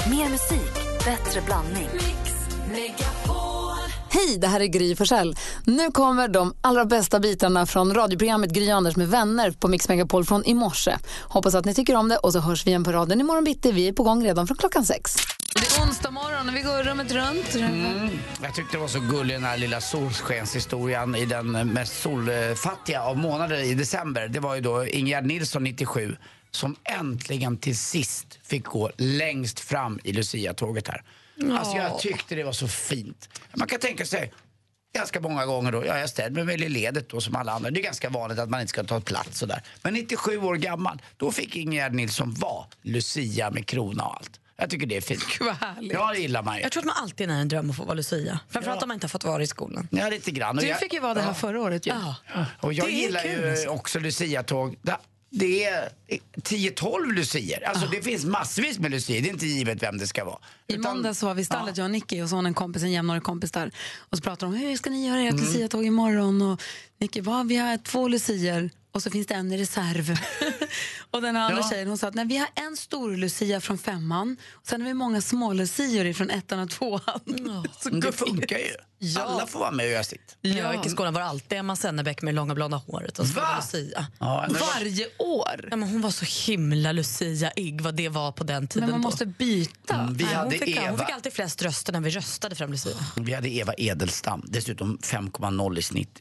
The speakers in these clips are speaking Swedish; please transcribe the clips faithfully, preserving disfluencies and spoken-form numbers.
Mer musik, bättre blandning. Mix Megapol. Hej, det här är Gry Forssell. Nu kommer de allra bästa bitarna från radioprogrammet Gry Anders med vänner på Mix Megapol från i morse. Hoppas att ni tycker om det och så hörs vi igen på raden imorgon bitti. Vi är på gång redan från klockan sex. Det är onsdag morgon och vi går rummet runt. Mm. Jag tyckte det var så gullig den här lilla solskenshistorien i den mest solfattiga av månader i december. Det var ju då Ingegerd Nilsson, nittiosju, som äntligen till sist fick gå längst fram i Lucia-tåget här. Oh. Alltså jag tyckte det var så fint. Man kan tänka sig ganska många gånger då, ja, jag ställer mig väl i ledet då som alla andra. Det är ganska vanligt att man inte ska ta plats sådär. Men nittiosju år gammal, då fick Ingegerd Nilsson vara Lucia med krona och allt. Jag tycker det är fint. Gud vad härligt. Ja, det gillar man ju. Jag tror att man alltid är en dröm att få vara Lucia. Framförallt Ja. om man inte har fått vara i skolan. Ja, lite grann. Och du jag, fick ju vara det här ja. förra året ju. Ja. Och jag Det är gillar kul, ju alltså. också Lucia-tåg. Det är tio tolv lucier. Alltså Oh. det finns massvis med lucier. Det är inte givet vem det ska vara. I Utan, måndags var vi stallet, ja. jag och Nicky och så en kompis, en jämnårig kompis där. Och så pratade de om hur ska ni göra ert mm. Lucia-tåg imorgon? Och Nicky, va, vi har två lucier och så finns det en i reserv. Och den andra Ja. tjejen, hon sa att nej, vi har en stor lucia från femman. Och sen har vi många små lucier från ettan och tvåan. Oh. Så Det gulligt. funkar ju. Ja. Alla får vara med och göra sitt. Jag gick i skolan var alltid Emma Sennebäck med långa blonda håret och så Va? var Lucia. Ja, men vad- Varje år. Ja, men hon var så himla Lucia-ig vad det var på den tiden. Men man då. måste byta. Mm, vi, Nej, hon, hade fick, hon Eva, fick alltid flest röster när vi röstade fram Lucia. vi hade Eva Edelstam. Dessutom fem komma noll i snitt.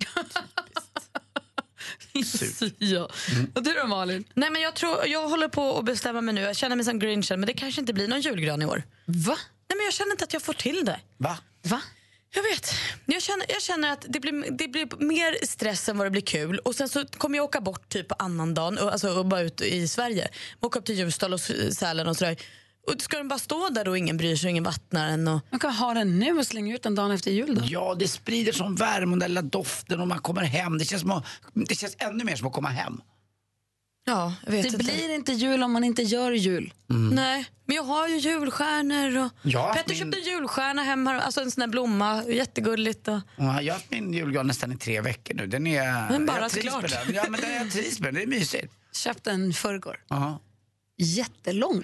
Ja. Och du då, Malin? Nej, men jag, tror, jag håller på att bestämma mig nu. Jag känner mig som Grinchen, men det kanske inte blir någon julgran i år. Va? Nej, men jag känner inte att jag får till det. Va? Va? Jag vet. Jag känner, jag känner att det blir, det blir mer stress än vad det blir kul. Och sen så kommer jag åka bort typ på annan dagen, och, alltså och bara ut i Sverige. Åka upp till Ljusdal och Sälen och sådär. Och ska den bara stå där och ingen bryr sig, ingen vattnar den. Och... Man kan ha den nu och slänga ut den dagen efter jul då. Ja, det sprider som värme och den lilla doften och man kommer hem. Det känns, som att, det känns ännu mer som att komma hem. Ja, jag vet Det inte. blir inte jul om man inte gör jul. Mm. Nej, men jag har ju julstjärnor och Ja, Petter min- köpte en julstjärna hemma, alltså en sån där blomma, jättegulligt och... Ja, jag har haft min julgran nästan i tre veckor nu. Den är... Men bara jag trivs klart. med den. Ja, men den jag trivs med. Det är mysigt. Köpte en förrgår. Ja, Jättelång.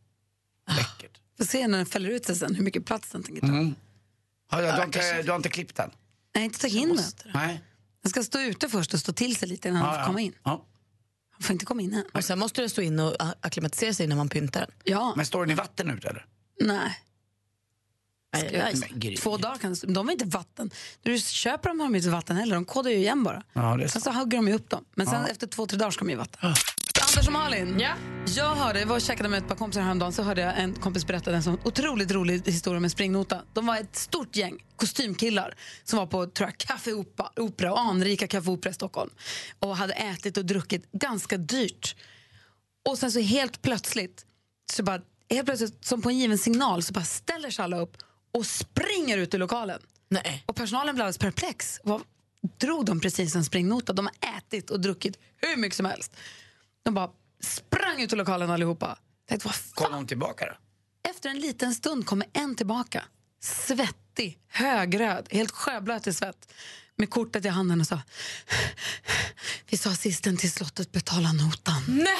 läckert. Får se när den fäller ut sig sen hur mycket plats den tänker ta. Mm. Ja, du, har inte, kanske- du har inte klippt den? Nej, inte tagit in den. Nej. Den ska stå ute först och stå till sig lite innan han får komma in. Ja. Han får inte komma in än. Och sen måste den stå in och a- akklimatisera sig när man pyntar den. Ja, Men står den i vatten ute eller? nej. Nej, nej. Men Gry. Två dagar kan de är inte vatten. När du köper dem har de inte vatten heller. De kodar ju igen bara. Ja, det är Sen så. så hugger de ju upp dem. Men sen Ja. efter två, tre dagar ska de ju vatten. Anders och Malin, Ja. jag hörde, jag var och käkade med ett par kompisar häromdagen, så hörde jag en kompis berätta en sån otroligt rolig historia med springnota. De var ett stort gäng kostymkillar som var på, tror jag, Café Opera, opera och anrika Café Opera i Stockholm och hade ätit och druckit ganska dyrt. Och sen så helt plötsligt, så bara, helt plötsligt som på en given signal så bara ställer sig alla upp och springer ut ur lokalen. Nej. Och personalen blev alldeles perplex. Vad drog de precis en springnota? De har ätit och druckit hur mycket som helst. De bara sprang ut ur lokalen allihopa. Tänkte, vad fan? Kom de tillbaka då? Efter en liten stund kommer en tillbaka. Svettig, högröd, helt sjöblöt i svett. Med kortet i handen och sa: vi sa assisten till slottet betala notan. Nej.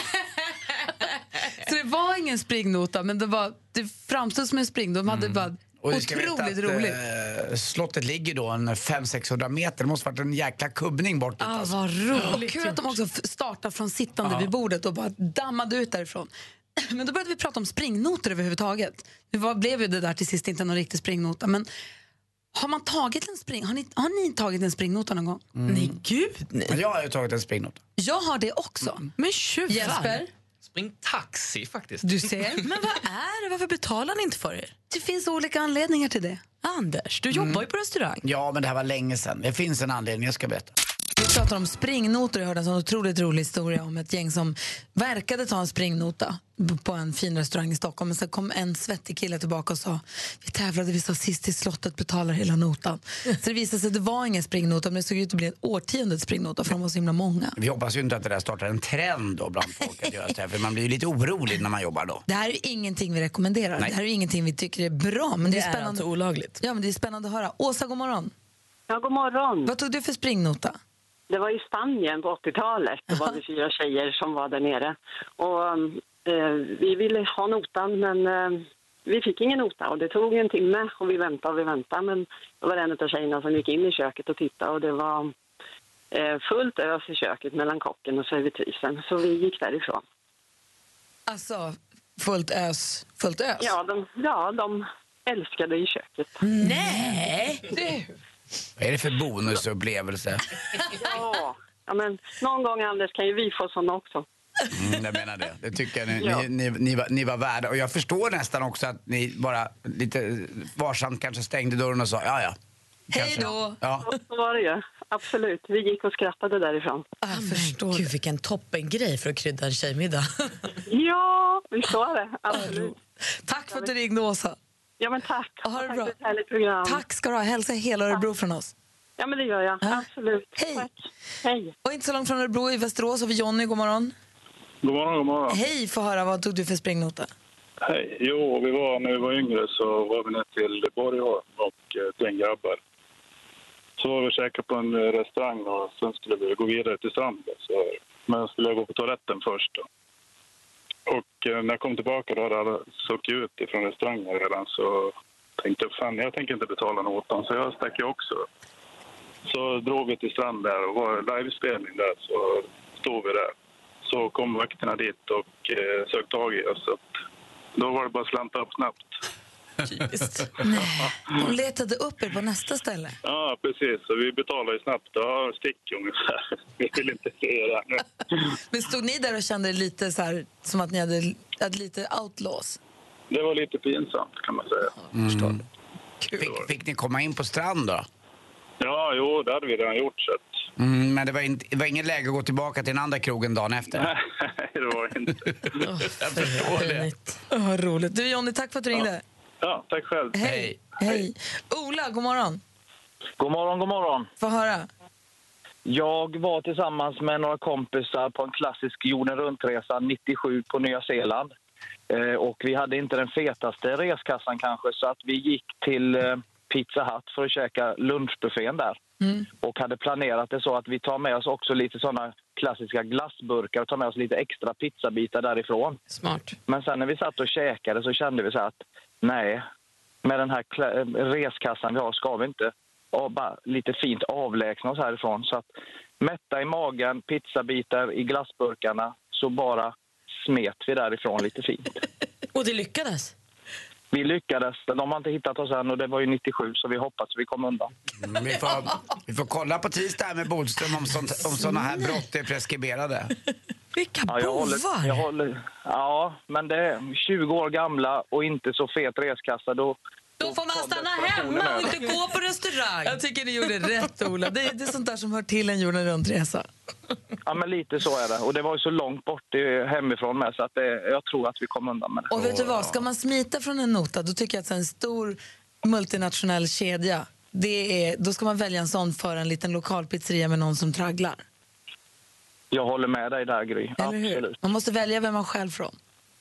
Så det var ingen springnota, men det, var, det framstod som en spring. De hade bara Och du ska veta otroligt att, roligt. eh, slottet ligger då en fem till sexhundra meter. Det måste varit en jäkla kubbning bort dit. Ah, alltså. vad Och roligt. kul att de också f- startade från sittande Ja. vid bordet och bara dammade ut därifrån. Men då började vi prata om springnoter överhuvudtaget. Det var, blev ju det där till sist inte någon riktig springnota. Men har man tagit en spring... Har ni, har ni tagit en springnota någon gång? Nej, gud nej. Men jag har ju tagit en springnota. Jag har det också. Men tjuvar. Jesper, Spring taxi faktiskt. du ser. Men vad är det? Varför betalar ni inte för er? Det finns olika anledningar till det. Anders, du jobbar ju på restaurang. Ja, men det här var länge sedan. Det finns en anledning, jag ska berätta. Vi pratar om springnotor. Jag hörde en sån otroligt rolig historia om ett gäng som verkade ta en springnota på en fin restaurang i Stockholm. Men sen kom en svettig kille tillbaka och sa: vi tävlade, vi sa sist till slottet betalar hela notan. Så det visade sig att det var ingen springnota, men det såg ut att bli en årtiondets springnota för de var så himla många. Vi hoppas ju inte att det där startar en trend då bland folk att göra så här, för man blir ju lite orolig när man jobbar då. Det här är ingenting vi rekommenderar. Nej. Det här är ingenting vi tycker är bra. Men det, Det är är spännande. alltså olagligt. Ja, men det är spännande att höra. Åsa, god morgon. Ja, god morgon. Vad tog du för springnota? Det var i Spanien på åttiotalet. Det var det fyra tjejer som var där nere. Och eh, vi ville ha notan, men eh, vi fick ingen nota och det tog en timme och vi väntade och vi väntade. Men det var en av tjejerna som gick in i köket och tittade och det var eh, fullt ös i köket mellan kocken och servitrisen. Så vi gick därifrån. Alltså, fullt ös, fullt ös? Ja, de, ja, de älskade i köket. Nej! Det... Vad är det för bonusupplevelse? Ja, ja, men någon gång, Anders, kan ju vi få såna också. Mm, jag menar det. Det tycker jag ni, Ja. ni, ni, ni, var, ni var värda. Och jag förstår nästan också att ni bara lite varsamt kanske stängde dörren och sa ja, ja. Hej då! Ja. Så var det ju. Absolut. Vi gick och skrattade därifrån. Jag förstår. Gud, vilken toppengrej för att krydda en tjejmiddag. Ja, vi sa det. Absolut. Tack för att du ringde, Åsa. Ja, men tack. Ha det Tack bra. för ett härligt program. Tack ska du ha. Hälsa hela Örebro från oss. Ja, men det gör jag. Ja. Absolut. Hej. Tack. Hej. Och inte så långt från Örebro, i Västerås har vi Jonny. God morgon. God morgon, god morgon. Hej, få höra. Vad tog du för springnota? Hej. Jo, vi var, när vi var yngre så var vi ner till Borgholm och ett gäng grabbar. Så var vi och käkade på en restaurang och sen skulle vi gå vidare till stranden. Så, men skulle jag gå på toaletten först då. Och eh, när jag kom tillbaka då hade alla stuckit ut ifrån restaurangen redan så tänkte jag, fan jag tänker inte betala notan så jag stack ju också. Så drog vi till strand där och var livespelning där så stod vi där. Så kom vakterna dit och eh, sökte tag i oss. Så att, då var det bara att slanta upp snabbt. Typiskt. Nej, de letade upp er på nästa ställe. Ja, precis. Så vi betalade ju snabbt. Ja, stick ungefär. Vi vill inte se det nu. Men stod ni där och kände lite så här, som att ni hade, hade lite outlaws? Det var lite pinsamt kan man säga. Mm. Fick, fick ni komma in på strand då? Ja, jo, det hade vi redan gjort. Så att... Mm, men det var, inte, det var ingen läge att gå tillbaka till den andra krogen dagen efter? Nej, det var inte. Oh, jag förstår det. Oh, vad roligt. Du, Jonny, tack för att du ringde. Ja. Ja, tack själv. Hej. Hej. Ola, god morgon. God morgon, god morgon. Få höra. Jag var tillsammans med några kompisar på en klassisk jorden runt-resa nittiosju på Nya Zeeland. Eh, och vi hade inte den fetaste reskassan kanske så att vi gick till eh, Pizza Hut för att käka lunchbuffén där. Mm. Och hade planerat det så att vi tar med oss också lite sådana klassiska glassburkar och tar med oss lite extra pizzabitar därifrån. Smart. Men sen när vi satt och käkade så kände vi så att nej, med den här reskassan vi har ska vi inte och bara lite fint avlägsna oss härifrån. Så att mätta i magen, pizzabitar i glassburkarna så bara smet vi därifrån lite fint. Och det lyckades? Vi lyckades. De har inte hittat oss än och det var ju nittiosju så vi hoppas vi kom undan. Mm, vi, får, vi får kolla på tisdag här med Bodström om, sånt, om såna här brott är preskriberade. Vilka ja, jag håller, bovar! jag håller, ja, men det är tjugo år gamla och inte så fet reskassa. Då, då får man stanna hemma och inte gå på restaurang. Jag tycker ni gjorde rätt, Ola. Det är, det är sånt där som hör till en jorden runt-resa. Ja, men lite så är det. Och det var ju så långt bort hemifrån med så att det, jag tror att vi kom undan med det. Och vet du vad, ska man smita från en nota då tycker jag att en stor multinationell kedja, det är, då ska man välja en sån för en liten lokal pizzeria med någon som tragglar. Jag håller med dig där, Gry. Eller hur? Absolut. Man måste välja vem man själv från.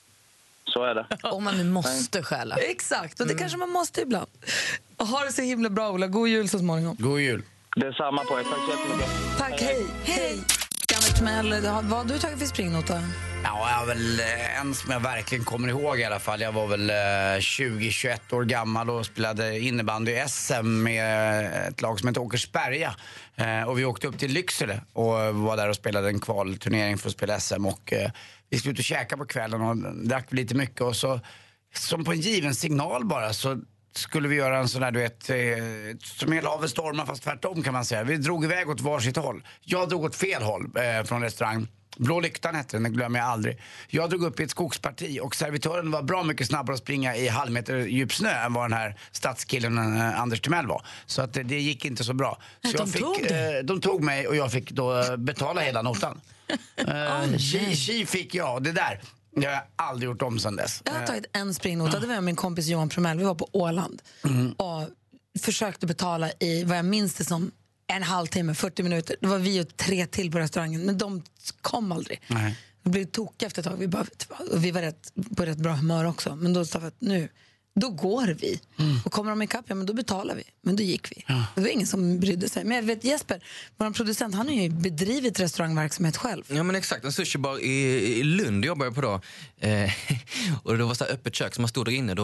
Så är det. Om man nu måste stjäla. Exakt, och det mm. kanske man måste ibland. Ha det så himla bra, Ola. God jul så småningom. God jul. Det är samma på er. Tack så jättemycket. Tack, hej. Hej. Janne Timell, vad har du tagit för springnota? Ja, jag har väl en som jag verkligen kommer ihåg i alla fall. Jag var väl tjugo tjugoett år gammal och spelade innebandy i S M med ett lag som heter Åkersberga. Och vi åkte upp till Lycksele och var där och spelade en kvalturnering för att spela S M. Och vi skulle ut och käka på kvällen och drack lite mycket. Och så, som på en given signal bara, så skulle vi göra en sån där, du vet, eh, som hela havet stormar fast tvärtom kan man säga. Vi drog iväg åt varsitt håll. Jag drog åt fel håll eh, från restaurang. Blå lyktan hette den, det glömmer jag aldrig. Jag drog upp i ett skogsparti och servitören var bra mycket snabbare att springa i halvmeter djup snö än vad den här stadskillen eh, Anders Timell var. Så att eh, det gick inte så bra. Så de, jag fick, tog eh, de tog mig och jag fick då betala hela notan. eh, tji, tji fick jag, det där. Jag har aldrig gjort om sen dess. Jag har tagit en springnota, det var jag och min kompis Johan Promell. Vi var på Åland mm. och försökte betala i vad jag minns det som en halvtimme, fyrtio minuter. Det var vi och tre till på restaurangen, men de kom aldrig. Nej. Det blev tokiga efter ett tag. Vi, bara, och vi var rätt, på rätt bra humör också. Men då sa vi att nu, då går vi. Mm. Och kommer de ikapp, ja men då betalar vi. Men då gick vi. Ja. Det var ingen som brydde sig. Men jag vet Jesper, vår producent, han har ju bedrivit restaurangverksamhet själv. Ja men exakt, en sushibar i, i Lund jobbar jag på då. Eh, och det var så här öppet kök som man stod där inne. Då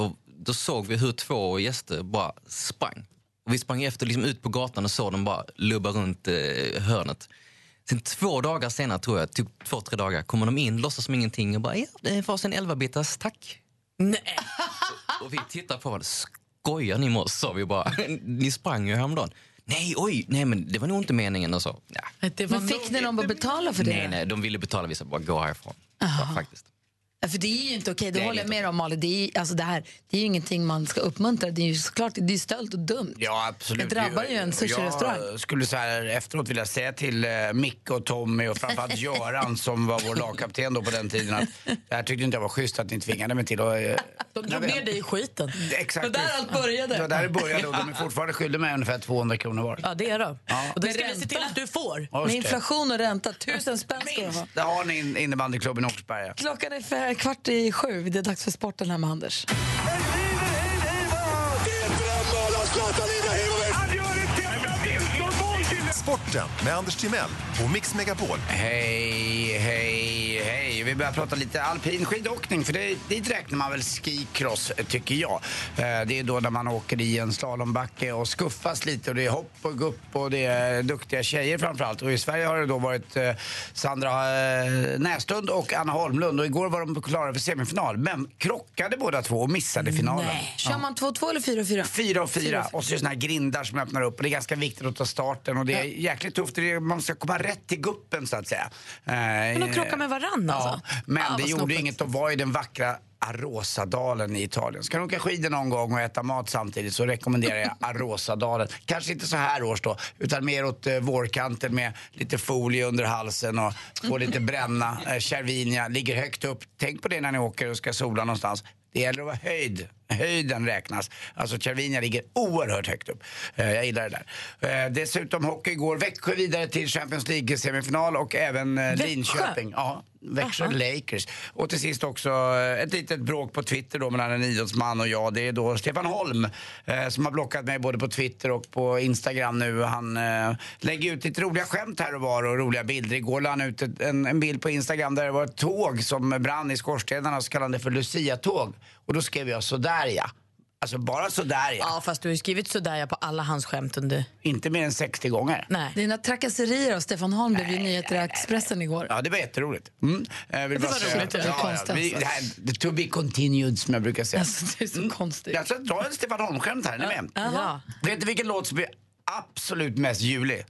då såg vi hur två gäster bara sprang. Och vi sprang efter liksom ut på gatan och såg dem bara lubba runt eh, hörnet. Sen två dagar senare, tror jag, typ två, tre dagar, kommer de in, låtsas som ingenting och bara, ja, det var sen elva bitars, tack. Nej. Och, och vi tittar på vad skojar ni med oss, sa vi bara. Ni sprang ju häromdagen. Nej, oj, nej men det var nog inte meningen och så. Ja. Det var men fick ni dem att betala för det? Nej, nej, de ville betala, vi sa bara gå härifrån. Ja, faktiskt. Ja, för det är ju inte okej, det håller jag med om, Malin. Det är, alltså det, här, det är ju ingenting man ska uppmuntra. Det är ju såklart, det är stöld och dumt. Ja, absolut. Det drabbar ju en sushi-restaurang. Jag skulle så här efteråt vilja säga till uh, Micke och Tommy och framförallt Göran som var vår lagkapten då på den tiden att det här tyckte inte jag var schysst att ni tvingade mig till. Och, uh, de drog ner dig i skiten. Exakt. Och där allt började. Det var där det började och de är fortfarande skyldiga mig ungefär tvåhundra kronor var. Ja, det är de. Ja. Och det ska vi se till att du får. Med inflation och ränta, tusen spänn ska du ha. Det har ni in, innebandyklubben i Åkersberga. Klockan är för, kvart i sju. Det är dags för sporten här med Anders. Sporten med Anders Timell och Mix Megapol. Hej, hej, hej. Vi börjar prata lite alpin skidåkning, för det, dit räknar man väl skicross, tycker jag. Det är då när man åker i en slalombacke och skuffas lite och det är hopp och gupp och det är duktiga tjejer framförallt. Och i Sverige har det då varit Sandra Näslund och Anna Holmlund och igår var de klara för semifinal, men krockade båda två och missade finalen. Nej. Kör man två och två eller fyra och fyra? Fyra och fyra. Och så är det såna här grindar som öppnar upp och det är ganska viktigt att ta starten och det är jäkligt tufft. Man ska komma rätt till guppen så att säga. Men de krockar med varann alltså? Ja, men ah, det gjorde snopet. Inget att vara i den vackra Arosadalen i Italien. Ska du åka skidor någon gång och äta mat samtidigt så rekommenderar jag Arosadalen. Kanske inte så här års då, utan mer åt eh, vårkanten med lite folie under halsen och få lite bränna. Eh, Cervinia ligger högt upp. Tänk på det när ni åker och ska sola någonstans. Det gäller att vara höjd. Höjden räknas. Alltså Cervinia ligger oerhört högt upp. Eh, jag gillar det där. Eh, dessutom hockey går Växjö vidare till Champions League-semifinal och även eh, Linköping. Ja, Växjö Aha. Lakers. Och till sist också eh, ett litet bråk på Twitter då mellan en idrottsman och jag. Det är då Stefan Holm eh, som har blockat mig både på Twitter och på Instagram nu. Han eh, lägger ut lite roliga skämt här och var och roliga bilder. Igår la han ut ett, en, en bild på Instagram där det var ett tåg som brann i skorstenarna och så kallade det för Lucia-tåg. Och då skrev jag sådär ja. Alltså bara sådär ja. Ja, fast du har ju skrivit sådär ja på alla hans skämt under... Inte mer än sextio gånger. Nej. Dina trakasserier av Stefan Holm blev ju nyheter i Expressen igår. Ja, det var jätteroligt. Mm. Jag vill det bara var säga, roligt, det var ja, konstigt. Ja, vi, det här, to be continued som jag brukar säga. Alltså, det är så mm. konstigt. Jag ska dra en Stefan Holm-skämt här, är ni med? Ja. Vet du vilken låt som är absolut mest julig?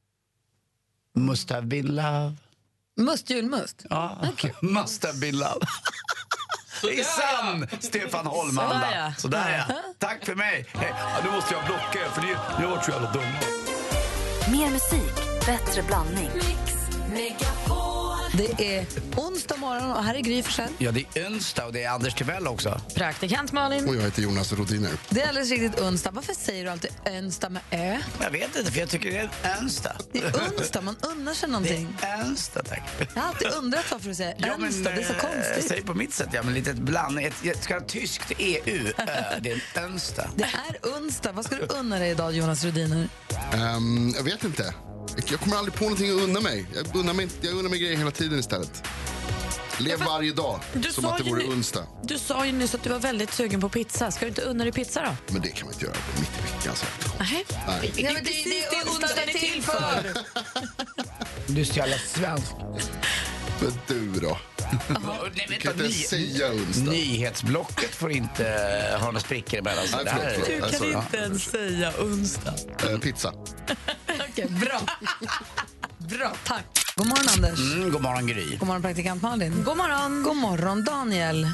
Must have been love. Must, julmust? Ja, okay. Must have been love. Det är sann Stefan Holm-anda. Sådär, ja. Sådär ja. Tack för mig. Hey, ja, nu måste jag blocka för det, jag var så jävla dum. Mer musik, bättre blandning. Mix Megapol. Det är onsdag morgon och här är Gry Forssell. Ja, det är onsdag och det är Anders Timell också. Praktikant Malin. Och jag heter Jonas Rodiner. Det är alldeles riktigt onsdag. Varför säger du alltid onsdag med ö? Jag vet inte, för jag tycker det är onsdag. Det är onsdag, man unnar sig någonting. Det är onsdag, tack. Jag har alltid undrat varför du säger ja, onsdag, det är så äh, konstigt. Säg på mitt sätt, ja, men lite ett blandning. Ett, ett, ska tyskt E U, äh, det är en onsdag. Det är onsdag. Vad ska du unna dig idag, Jonas Rodiner? Um, jag vet inte. Jag kommer aldrig på någonting att unna mig. Jag unnar mig, jag unnar mig grejer hela tiden istället. Lev ja, varje dag som att det vore onsdag. Du sa ju nyss att du var väldigt sugen på pizza. Ska du inte unna dig pizza då? Men det kan man inte göra mitt i veckan. Så. Nej. Nej. Ja, men det, det, det är onsdagen är till för. Du är så jävla svensk. Men du då? Nej, du kan inte ny- säga onsdag. Nyhetsblocket får inte ha några sprickor emellan. Nej, förlåt, förlåt. Du kan alltså, inte ens säga onsdag. Uh, pizza. Okej, okay, bra. Bra, tack. God morgon, Anders. Mm, god morgon, Gry. God morgon, praktikant Malin. God morgon. God morgon, Daniel.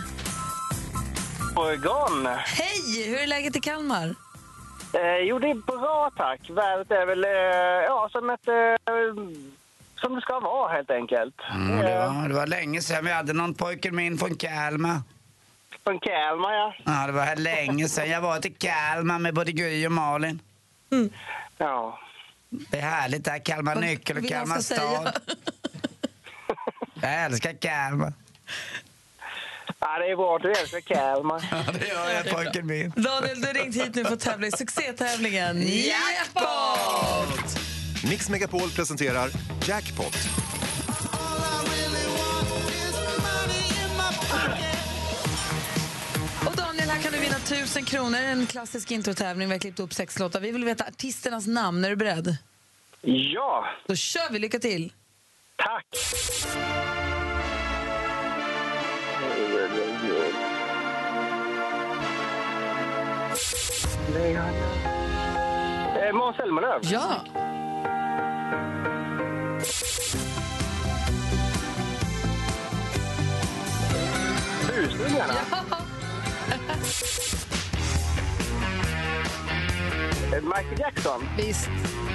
Morgon. Hej, hur är läget i Kalmar? Eh, jo, det är bra, tack. Vädret är väl eh, ja, som, ett, eh, som det ska vara, helt enkelt. Mm, det, var, det var länge sedan vi hade någon pojke med in från Kalmar. Från Kalmar, ja. Ja, det var här länge sedan. Jag var till Kalmar med både Gry och Malin. Mm. Ja. Det är härligt där, Kalmar Nyckel och Kalmar stad. Jag älskar Kalmar. Ja, det är bra att du älskar Kalmar. Ja, det gör jag, pojken min. Daniel, du har ringt hit nu för att tävla i succétävlingen Jackpot! Mix Megapol presenterar Jackpot. Och Daniel, här kan du vinna tusen kronor. En klassisk introtävling. Vi har klippt upp sex låtar. Vi vill veta artisternas namn. Är du beredd? Ja. Då kör vi. Lycka till. Tack. Eh, Måns Zelmerlöw. Ja. Busningarna. Ja. Eh, Michael Jackson. Visst.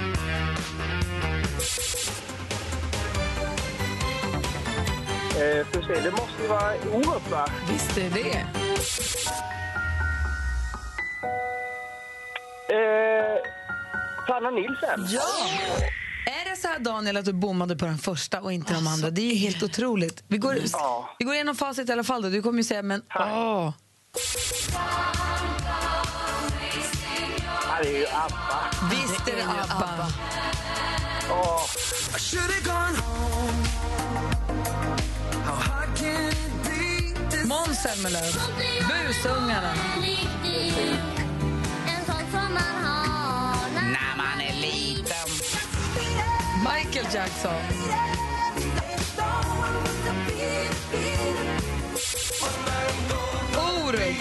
Eh, för se, det måste ju vara Orup, va? Visst är det. Eh, Sanna Nilsson. Ja. Är det så här, Daniel, att du bommade på den första och inte de andra? Det är ju helt otroligt. Vi går, Ja. vi går igenom facit i alla fall då. Du kommer ju säga, men åh. Ja, det är ju ABBA. Visst är det ABBA. Åh. Måns Zelmerlöw. Busungarna. När man är liten. Michael Jackson. Orup.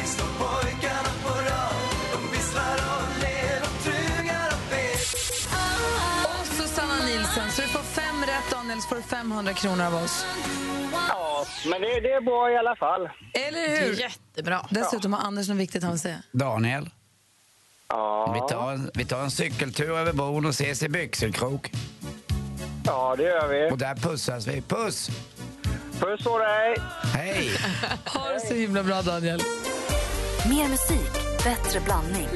Och Susanna Nilsson. Så du får fem rätt, Daniel, så får du femhundra kronor av oss. Ja, men det, det är bra i alla fall. Eller hur? Det är jättebra. Dessutom har Anders något viktigt han vill säga. Daniel, Ja, vi tar, en, vi tar en cykeltur över bron och ses i Byxelkrok. ja det gör vi. Och där pussas vi. Puss! Puss på dig. Hej! Ha det så himla bra, Daniel. Mer musik, bättre blandning.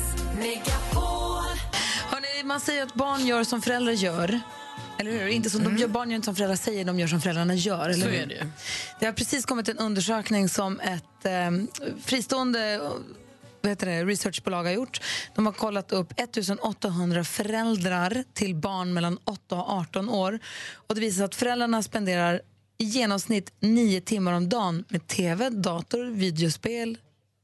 Hörrni, man säger att barn gör som föräldrar gör. Eller hur? Inte som de gör, barn gör inte som föräldrar säger, de gör som föräldrarna gör. Eller Så hur? är det ju. Det har precis kommit en undersökning som ett eh, fristående vad heter det, researchbolag har gjort. De har kollat upp ettusenåttahundra föräldrar till barn mellan åtta och arton år. Och det visar sig att föräldrarna spenderar i genomsnitt nio timmar om dagen med tv, dator, videospel,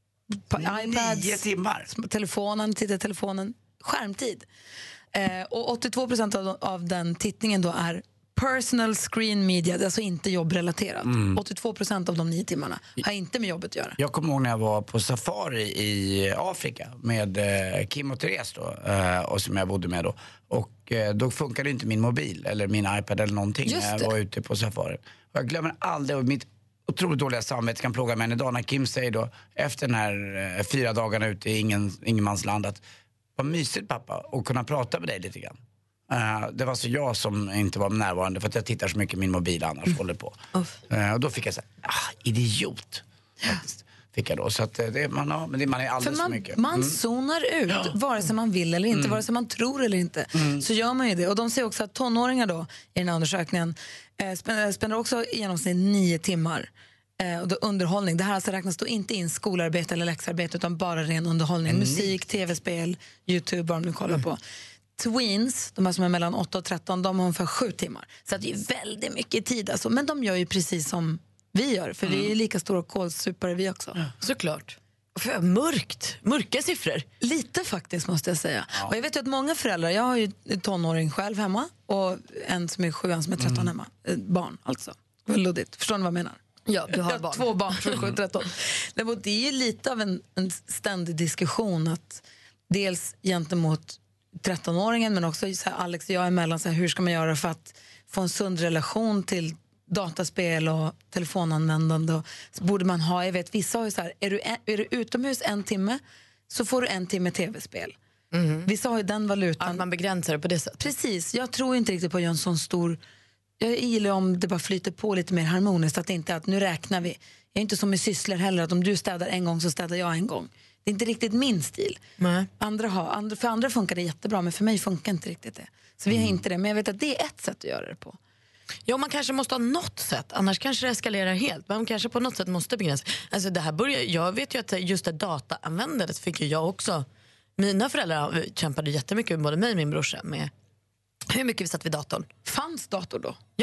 på iPads, Nio timmar? telefonen, titta i telefonen, skärmtid. Eh, och åttiotvå procent av, av den tittningen då är personal screen media, det är alltså inte jobbrelaterat. Mm. åttiotvå procent av de nio timmarna har inte med jobbet att göra. Jag kommer ihåg när jag var på safari i Afrika med eh, Kim och Therese då, eh, och som jag bodde med då. Och eh, då funkade inte min mobil eller min iPad eller någonting Just när jag det. var ute på safari. Och jag glömmer aldrig, och mitt otroligt dåliga samvete kan plåga mig än idag när Kim säger då efter den här eh, fyra dagarna ute i ingen, ingenmansland att vad mysigt pappa att kunna prata med dig lite grann. Uh, det var så jag som inte var närvarande för att jag tittar så mycket min mobil annars mm. håller på. Uh, och då fick jag säga, ah, idiot. Faktiskt, fick jag då. Så att det, man, har, men det, man är alldeles för man, för mycket. Man mm. zonar ut, vare sig man vill eller inte, mm. vare sig man tror eller inte. Mm. Så gör man ju det. Och de säger också att tonåringar då, i den här undersökningen eh, spenderar, spenderar också i genomsnitt nio timmar. Eh, och då underhållning. Det här alltså räknas då inte in skolarbete eller läxarbete utan bara ren underhållning. Mm. Musik, tv-spel, YouTube, vad de kollar mm. på. Tweens, de här som är mellan åtta och tretton, de har ungefär sju timmar. Så det är väldigt mycket tid alltså. Men de gör ju precis som vi gör. För mm. vi är lika stora kolsupare vi också. Ja. Såklart. För mörkt, mörka siffror. Lite faktiskt måste jag säga. Ja. Och jag vet ju att många föräldrar, jag har ju en tonåring själv hemma och en som är sju, en som är tretton mm. hemma. Barn alltså. Luddigt. Förstår ni vad jag menar? Ja, du har jag barn. Två barn från sju tretton. Det är ju lite av en, en ständig diskussion att dels gentemot trettonåringen men också så här, Alex och jag emellan, så här, hur ska man göra för att få en sund relation till dataspel och telefonanvändande och, så borde man ha, jag vet vissa har ju så här, är du, är du utomhus en timme så får du en timme tv-spel. Mm. Vissa har ju den valutan. Att man begränsar det på det sättet. Precis, jag tror inte riktigt på att göra en sån stor, jag gillar om det bara flyter på lite mer harmoniskt, att det inte är att nu räknar vi. Jag är inte som med sysslor heller, att om du städar en gång så städar jag en gång. Det är inte riktigt min stil. Nej. Andra har, andra, för andra funkar det jättebra, men för mig funkar inte riktigt det. Så vi har inte det, men jag vet att det är ett sätt att göra det på. Ja, man kanske måste ha något sätt, annars kanske det eskalerar helt. Man kanske på något sätt måste begränsa. Alltså det här börjar, jag vet ju att just det dataanvändandet fick ju jag också. Mina föräldrar kämpade jättemycket, både mig och min brorsa, med hur mycket vi satt vid datorn. Fanns dator då? Ja.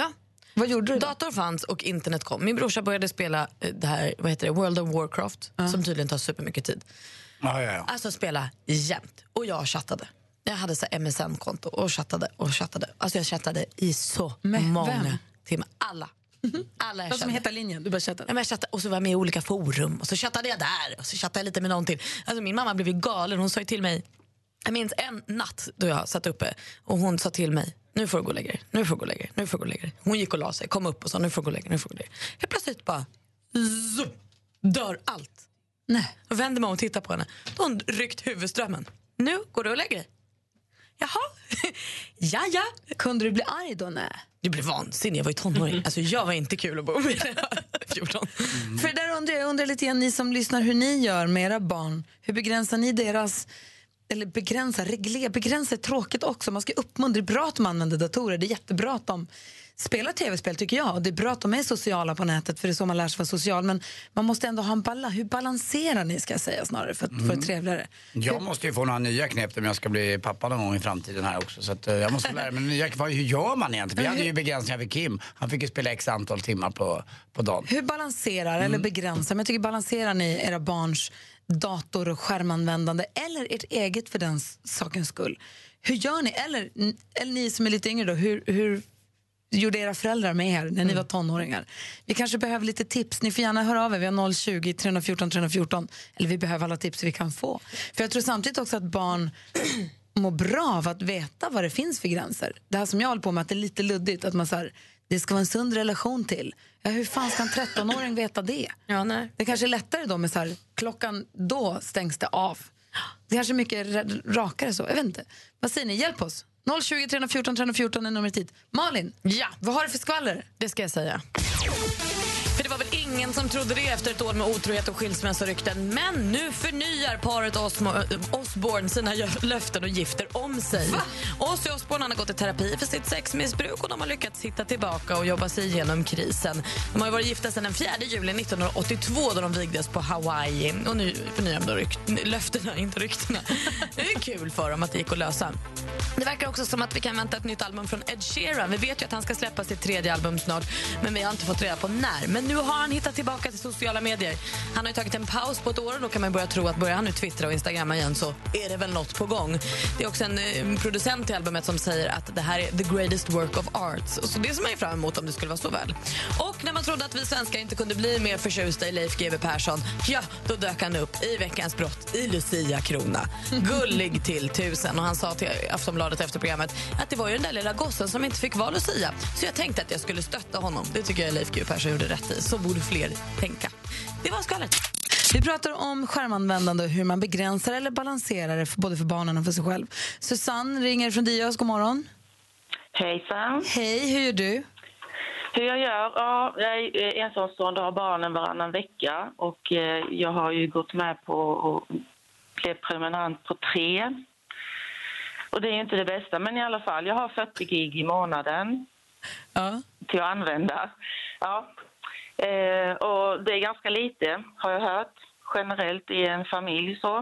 Vad gjorde du då? Dator fanns och internet kom. Min brorsa började spela eh, det här, vad heter det, World of Warcraft, uh. som tydligen tar supermycket tid. Ja, ja, ja. Alltså spela jämt. Och jag chattade. Jag hade så M S N-konto och chattade och chattade. Alltså jag chattade i så Med många vem? timmar. Alla. Alla jag Vad som kände. heter linjen? Du bara chattade. Ja, men jag chattade, och så var jag med i olika forum. Och så chattade jag där. Och så chattade jag lite med någon till. Alltså min mamma blev ju galen. Hon sa ju till mig. Jag minns en natt då jag satt uppe. Och hon sa till mig. Nu får du gå och lägga dig. Nu får du gå och lägga dig. Nu får du gå och lägga dig. Hon gick och la sig. Kom upp och sa nu får du gå och lägga dig. Nu får du gå och lägga dig. Jag plötsligt bara. Zoom, dör allt. Nej. Och vänder mig om och tittar på henne. Då har hon ryckt huvudströmmen. Nu går du och lägger dig. Jaha. ja, ja. Kunde du bli arg då? Nej. Du blev vansinnig, jag var ju tonåring. Mm. Alltså jag var inte kul att bo med när jag var fjorton. Mm. För där undrar jag undrar lite grann, ni som lyssnar, hur ni gör med era barn. Hur begränsar ni deras, eller begränsa, reglera, begränsa är tråkigt också. Man ska uppmuntra, det är bra att man använder datorer, det är jättebra att de spelar tv-spel tycker jag. Och det är bra att de är sociala på nätet, för det är så man lär sig vara social. Men man måste ändå ha en balans. Hur balanserar ni, ska jag säga snarare, för att mm. få det trevligare? Jag måste ju få några nya knep om jag ska bli pappa någon gång i framtiden här också. Så att, uh, jag måste lära mig nya. Hur gör man egentligen? Vi hade ju begränsningar för Kim. Han fick ju spela x antal timmar på, på dagen. Hur balanserar mm. eller begränsar? Men jag tycker balanserar ni era barns dator- och skärmanvändande eller ert eget för den sakens skull? Hur gör ni? Eller, eller ni som är lite yngre då, hur... hur gjorde era föräldrar med er när ni mm. var tonåringar? Vi kanske behöver lite tips. Ni får gärna höra av er. Vi har noll tjugo, tre fjorton, tre fjorton. Eller vi behöver alla tips vi kan få. För jag tror samtidigt också att barn mår bra av att veta vad det finns för gränser. Det här som jag håller på med, att det är lite luddigt. Att man så här, det ska vara en sund relation till. Ja, hur fan ska en tretton-åring veta det? Ja, nej. Det kanske är lättare då med så här, klockan då stängs det av. Det kanske är mycket rakare så. Jag vet inte. Vad säger ni? Hjälp oss. noll tjugo, tre fjorton, tre fjorton är nummer tid. Malin, ja. Vad har du för skvaller? Det ska jag säga. För det var väl ingen som trodde det efter ett år med otrohet och skilsmässorykten. Men nu förnyar paret Osbourne sina löften och gifter om sig. Va? Ozzy Osbourne har gått i terapi för sitt sexmissbruk och de har lyckats hitta tillbaka och jobba sig igenom krisen. De har varit gifta sedan den fjärde juli nittonhundraåttiotvå då de vigdes på Hawaii. Och nu förnyar de då rykt- löftena, inte ryktena. Det är kul för dem att det gick att lösa. Det verkar också som att vi kan vänta ett nytt album från Ed Sheeran. Vi vet ju att han ska släppa sitt tredje album snart, men vi har inte fått reda på när. Men nu har han hittat tillbaka till sociala medier. Han har ju tagit en paus på ett år och då kan man börja tro att börjar han nu twittra och instagramma igen så är det väl något på gång. Det är också en eh, producent till albumet som säger att det här är the greatest work of art. Så det ser man ju fram emot om det skulle vara så väl. Och när man trodde att vi svenskar inte kunde bli mer förtjusta i Leif G W Persson, ja, då dök han upp i Veckans brott i Lucia Krona. Gullig till tusen. Och han sa till Aftonbladet efter programmet att det var ju den där lilla gossen som inte fick vara Lucia. Så jag tänkte att jag skulle stötta honom. Det tycker jag Leif G W Persson gjorde rätt i. Så borde fler tänka. Det var skvallret. Vi pratar om skärmanvändande och hur man begränsar eller balanserar det för, både för barnen och för sig själv. Susanne ringer från Dios. God morgon. Hejsan. Hej, hur gör du? Hur jag gör? Ja, jag är ensamstående och har barnen varannan vecka. Och eh, jag har ju gått med på att bli prenumerant på tre. Och det är ju inte det bästa, men i alla fall. Jag har fyrtio gig i månaden ja. till att använda. Ja. Eh, och det är ganska lite, har jag hört, generellt i en familj så.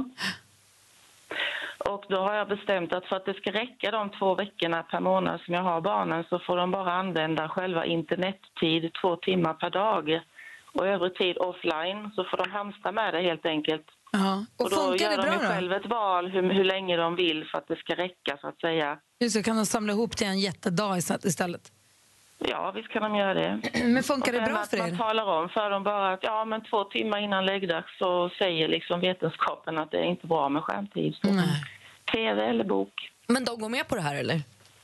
Och då har jag bestämt att för att det ska räcka de två veckorna per månad som jag har barnen så får de bara använda själva internettid två timmar per dag. Och övrig tid offline så får de hamstra med det helt enkelt. Aha. Och, och då funkar gör det de bra ju då? själv ett val hur, hur länge de vill för att det ska räcka så att säga. Just så kan de samla ihop till en jättedag istället? Ja, visst kan de göra det. Men funkar det bra för er? Man talar om för dem bara att ja, men två timmar innan läggdags så säger liksom vetenskapen att det är inte bra med skärmtid. Så Nej. tv eller bok. Men de går med på det här eller?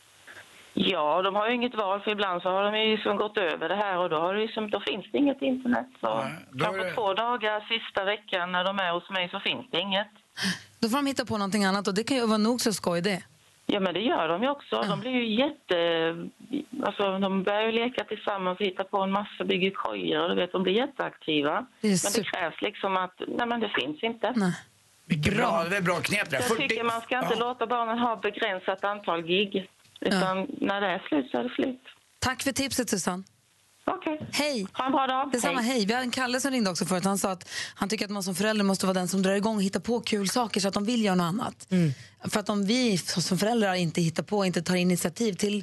Ja, de har ju inget val för ibland så har de ju liksom gått över det här och då, har det liksom, då finns det inget internet. Så Nej, kanske det... två dagar sista veckan när de är hos mig så finns det inget. Då får de hitta på någonting annat och det kan ju vara nog så skoj det. Ja, men det gör de ju också. Ja. De blir ju jätte... Alltså, de börjar ju leka tillsammans och hitta på en massa, bygger kojor och du vet, de blir jätteaktiva. Det men super... det krävs liksom att, nej men det finns inte. Nej. Vilket bra, bra, det är bra knep där. Jag fyrtio... tycker man ska inte ja. låta barnen ha begränsat antal gig. Utan ja. när det är slut så är det slut. Tack för tipset, Susanne. Okej. Okay. Hej. Ha en bra dag. Detsamma, hej. hej. Vi hade en Kalle som ringde också förut. Han sa att han tycker att man som förälder måste vara den som drar igång och hittar på kul saker så att de vill göra något annat. Mm. För att om vi som föräldrar inte hittar på, inte tar initiativ till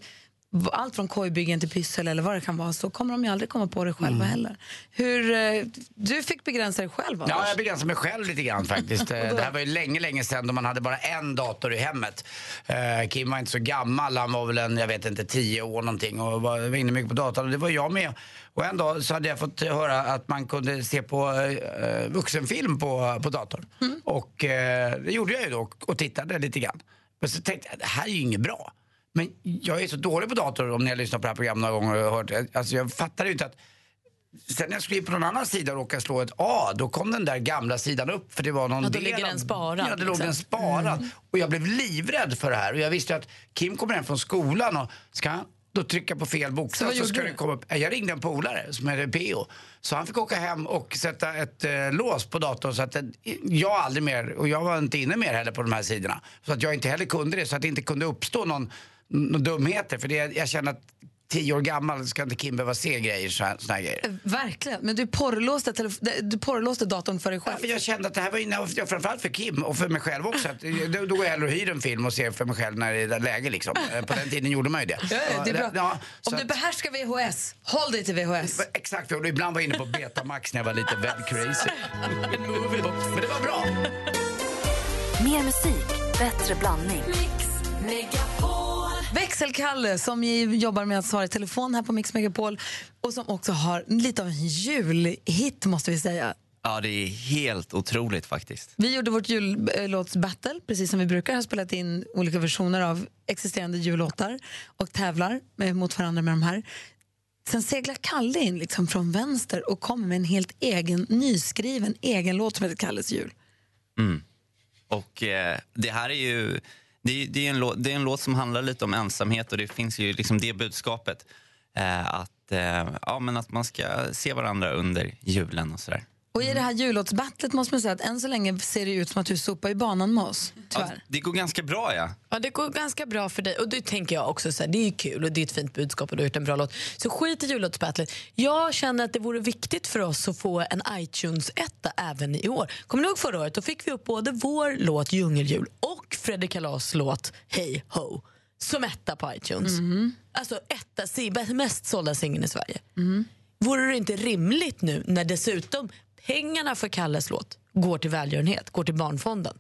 allt från kojbyggen till pyssel eller vad det kan vara, så kommer de ju aldrig komma på det själva mm. heller. Hur, eh, du fick begränsa dig själv, Anders? Ja, jag begränsade mig själv lite grann faktiskt. Det här var ju länge, länge sedan då man hade bara en dator i hemmet. Uh, Kim var inte så gammal, han var väl en, jag vet inte, tio år någonting och var, var inne mycket på datorn och det var jag med. Och en dag så hade jag fått höra att man kunde se på uh, vuxenfilm på, på datorn. Mm. Och uh, det gjorde jag ju då och, och tittade lite grann. Men så tänkte jag, det här är ju inget bra. Men jag är så dålig på dator om ni har lyssnat på det här programmet några gånger och hört. Alltså jag fattar ju inte att sen när jag skulle in på någon annan sida och råkade slå ett A, då kom den där gamla sidan upp för det var någon ja, då del ligger den sparad. Ja, det låg den sparad. Mm. Och jag blev livrädd för det här och jag visste att Kim kommer hem från skolan och ska han då trycka på fel bokstav så, så ska det komma upp. Jag ringde en polare som heter P O. Så han fick åka hem och sätta ett eh, lås på datorn så att det, jag aldrig mer, och jag var inte inne mer heller på de här sidorna. Så att jag inte heller kunde det, så att det inte kunde uppstå någon, någon dumheter. För det, jag känner att tio år gammal ska inte Kim behöva se grejer, såna, såna här grejer. Verkligen, men du porrlåste, telef- du porrlåste datorn för dig själv. Ja, för jag kände att det här var inne, framförallt för Kim och för mig själv också. Att, då, då går jag hellre och hyr en film och ser för mig själv när det är det läge liksom. På den tiden gjorde man ju det. Ja, det är bra. Ja, om du att, behärskar V H S, håll dig till V H S. Exakt, och ibland var jag inne på Betamax när jag var lite väl crazy. Men det var bra. Mer musik, bättre blandning. Mix Megapol. Växelkalle som jobbar med att svara i telefon här på Mix Megapol och som också har lite av en julhit måste vi säga. Ja, det är helt otroligt faktiskt. Vi gjorde vårt jullåtsbattle, precis som vi brukar, har spelat in olika versioner av existerande jullåtar och tävlar med, mot varandra med de här. Sen seglar Kalle in liksom från vänster och kommer med en helt egen, nyskriven egen låt som heter Kalles jul. Mm. Och eh, det här är ju... Det är, det, är en låt, det är en låt som handlar lite om ensamhet och det finns ju liksom det budskapet eh, att, eh, ja, men att man ska se varandra under julen och sådär. Och i det här jullåtsbattlet måste man säga att än så länge ser det ut som att du sopar i banan med oss, tyvärr. Ja, det går ganska bra, ja. Ja, det går ganska bra för dig. Och det tänker jag också så här, det är ju kul och det är ett fint budskap och du har gjort en bra låt. Så skit i jullåtsbattlet. Jag känner att det vore viktigt för oss att få en iTunes-etta även i år. Kommer ni ihåg förra året? Då fick vi upp både vår låt Djungeljul och Fredrik Kalas låt Hey Ho som etta på iTunes. Mm. Alltså etta, mest sålda singeln i Sverige. Mm. Vore det inte rimligt nu när dessutom pengarna för Kalles låt går till välgörenhet, går till Barnfonden,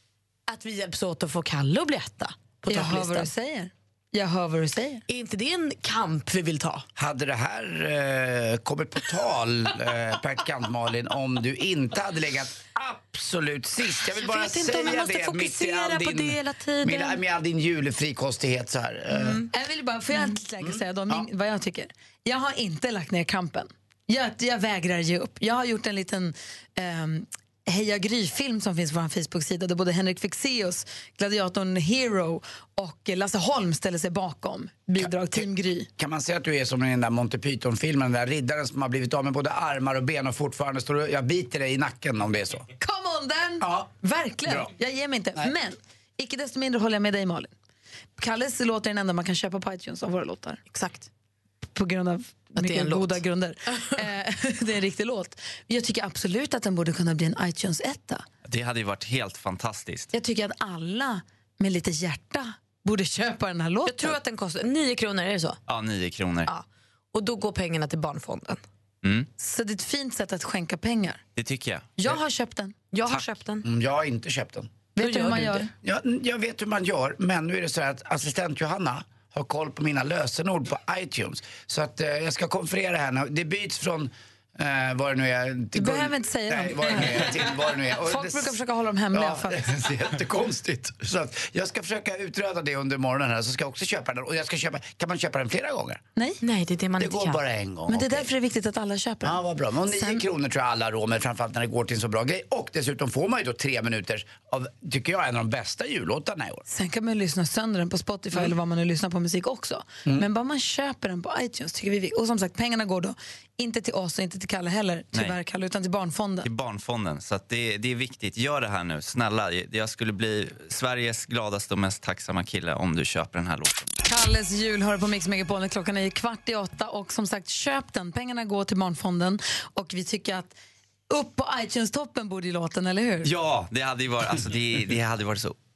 att vi hjälps åt att få Kalle att bli etta på Jag topplistan? hör vad du säger. Jag hör vad du säger. Är inte det en kamp vi vill ta? Hade det här eh, kommit på tal, eh, praktikant Malin, om du inte hade legat absolut sist? Jag vill bara jag vet inte säga om vi måste det fokusera mitt i all på din, det hela tiden. Med, med all din julefrikostighet så här. Mm. Jag vill bara, får jag mm. lägga säga då, min, ja. vad jag tycker. Jag har inte lagt ner kampen. Jag, jag vägrar ge upp. Jag har gjort en liten um, Heja Gry-film som finns på vår Facebook-sida där både Henrik Fexeus, gladiatorn Hero och Lasse Holm ställer sig bakom bidrag Team Gry. Kan man säga att du är som i den där Monty Python-filmen, den där riddaren som har blivit av med både armar och ben och fortfarande står och jag biter dig i nacken om det är så? Come on then! Ja. Verkligen, Bra. jag ger mig inte. Nej. Men, icke desto mindre håller jag med dig Malin. Kalles låt är den enda man kan köpa på iTunes av våra låtar. Exakt. På grund av att mycket det är en goda låt. grunder. Det är en riktig låt. Jag tycker absolut att den borde kunna bli en iTunes-etta. Det hade ju varit helt fantastiskt. Jag tycker att alla med lite hjärta borde köpa den här låten. Jag tror att den kostar nio kronor, är det så? Ja, nio kronor. Ja. Och då går pengarna till Barnfonden. Mm. Så det är ett fint sätt att skänka pengar. Det tycker jag. Jag har köpt den. Jag Tack. har köpt den. Mm, jag har inte köpt den. Vet du hur man gör? Jag, jag vet hur man gör, men nu är det så här att assistent Johanna har koll på mina lösenord på iTunes. Så att eh, jag ska konferera här nu. Det byts från eh, vad det nu är. Du behöver inte säga nej, dem. vad det nu är, till vad det nu är. Och Folk det, brukar försöka hålla dem hemliga. Ja, för. det är jättekonstigt. Så att jag ska försöka utreda det under morgonen här, så ska jag också köpa den. Och jag ska köpa, kan man köpa den flera gånger? Nej. Nej, det är det man Det inte går kan. bara en gång. Men det är okej. därför det är viktigt att alla köper den. Ja, vad bra. Men nio Sen- kronor tror jag alla har råd med, framförallt när det går till en så bra grej. Och dessutom får man ju då tre minuter av, tycker jag, en av de bästa jullåtarna i år. Sen kan man ju lyssna sönder den på Spotify Mm. eller vad man nu lyssnar på musik också. Mm. Men bara man köper den på iTunes tycker vi är viktigt. Och som sagt, pengarna går då inte till oss och inte till Kalle heller, tyvärr Nej. Kalle, utan till Barnfonden. Till Barnfonden. Så att det, det är viktigt. Gör det här nu. Snälla, jag skulle bli Sveriges gladaste och mest tacksamma kille om du köper den här låten. Kalles jul hör på Mix Megapol. Klockan är kvart i åtta och som sagt, köp den. Pengarna går till Barnfonden och vi tycker att upp på iTunes-toppen borde ju låten, eller hur? Ja, det hade ju varit, alltså det, det hade varit så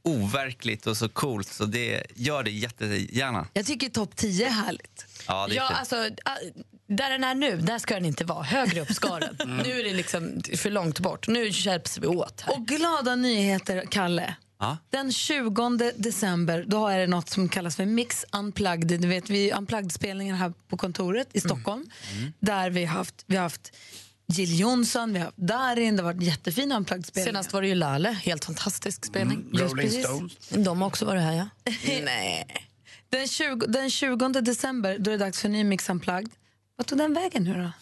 overkligt och så coolt. Så det gör det jättegärna. Jag tycker topp tio är härligt. Ja, det är Ja, kul. alltså, där den är nu, där ska den inte vara. Högre upp ska den. Mm. Nu är det liksom för långt bort. Nu hjälps vi åt här. Och glada nyheter, Kalle. Ja. Den tjugonde december då är det något som kallas för Mix Unplugged. Du vet, vi Unplugged-spelningar här på kontoret i Stockholm. Mm. Där vi har haft, vi har haft Jill Johnson, vi har haft Darin. Det har varit jättefina Unplugged-spelningar. Senast var det ju Lale, helt fantastisk spelning. Mm, Rolling Stones. De har också varit här, ja. Nej. Den, tjugo, den tjugonde december då är det dags för ny Mix Unplugged. Vad tog den vägen nu då?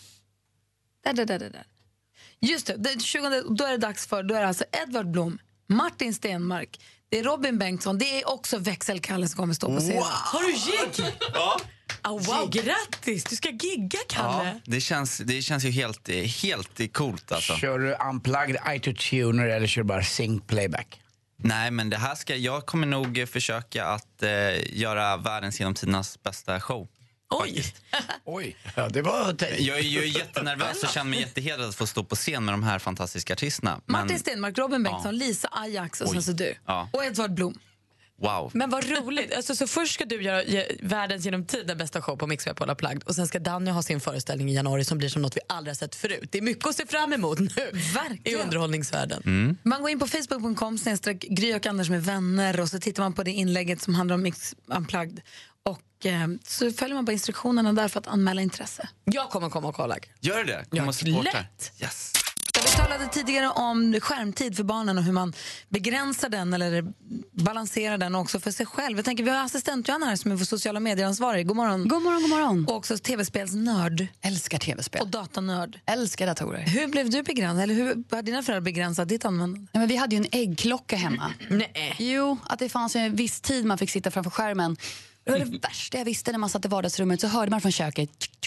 Där, där, där, där. Just det, den tjugonde, då är det dags för, då är det alltså Edvard Blom, Martin Stenmark, det är Robin Bengtsson, det är också Växelkalle som kommer stå på scenen. Wow. Har du gig? Ja. Oh, wow, grattis! Du ska gigga, Kalle. Ja, det känns, det känns ju helt, helt coolt alltså. Kör du unplugged autotuner eller kör du bara sync playback? Nej, men det här ska, jag kommer nog försöka att eh, göra världens genom tidernas bästa show. Oj! Oj, ja, det var... Jag är ju jättenervös och känner mig jättehedrad att få stå på scen med de här fantastiska artisterna. Martin Men, Stenmark, Robin Bengtsson, Ja. Lisa Ajax och Oj. sen så du. Ja. Och Edvard Blom. wow. Men vad roligt. Alltså, så först ska du göra ge, världens genom tiden bästa show på Mix Megapol Unplugged och sen ska Danny ha sin föreställning i januari som blir som något vi aldrig har sett förut. Det är mycket att se fram emot nu. Verkligen. I underhållningsvärlden. Mm. Man går in på facebook punkt com snedstreck Gry och Anders med vänner och så tittar man på det inlägget som handlar om Mix Unplugged och eh, så följer man på instruktionerna där för att anmäla intresse. Jag kommer komma och kolla. Gör det? Kom Ja, och supporta. lätt. Yes. Vi talade tidigare om skärmtid för barnen och hur man begränsar den eller balanserar den också för sig själv. Jag tänker, vi har assistent Johanna här som är för sociala medier-ansvarig. God morgon. God morgon, god morgon. Och också tv-spelsnörd. Älskar tv-spel. Och datanörd. Älskar datorer. Hur blev du begränsad? Eller hur har dina föräldrar begränsat ditt användande? Nej, men vi hade ju en äggklocka hemma. Nej. Jo, att det fanns en viss tid man fick sitta framför skärmen. Det var det värsta jag visste när man satt i vardagsrummet så hörde man från köket.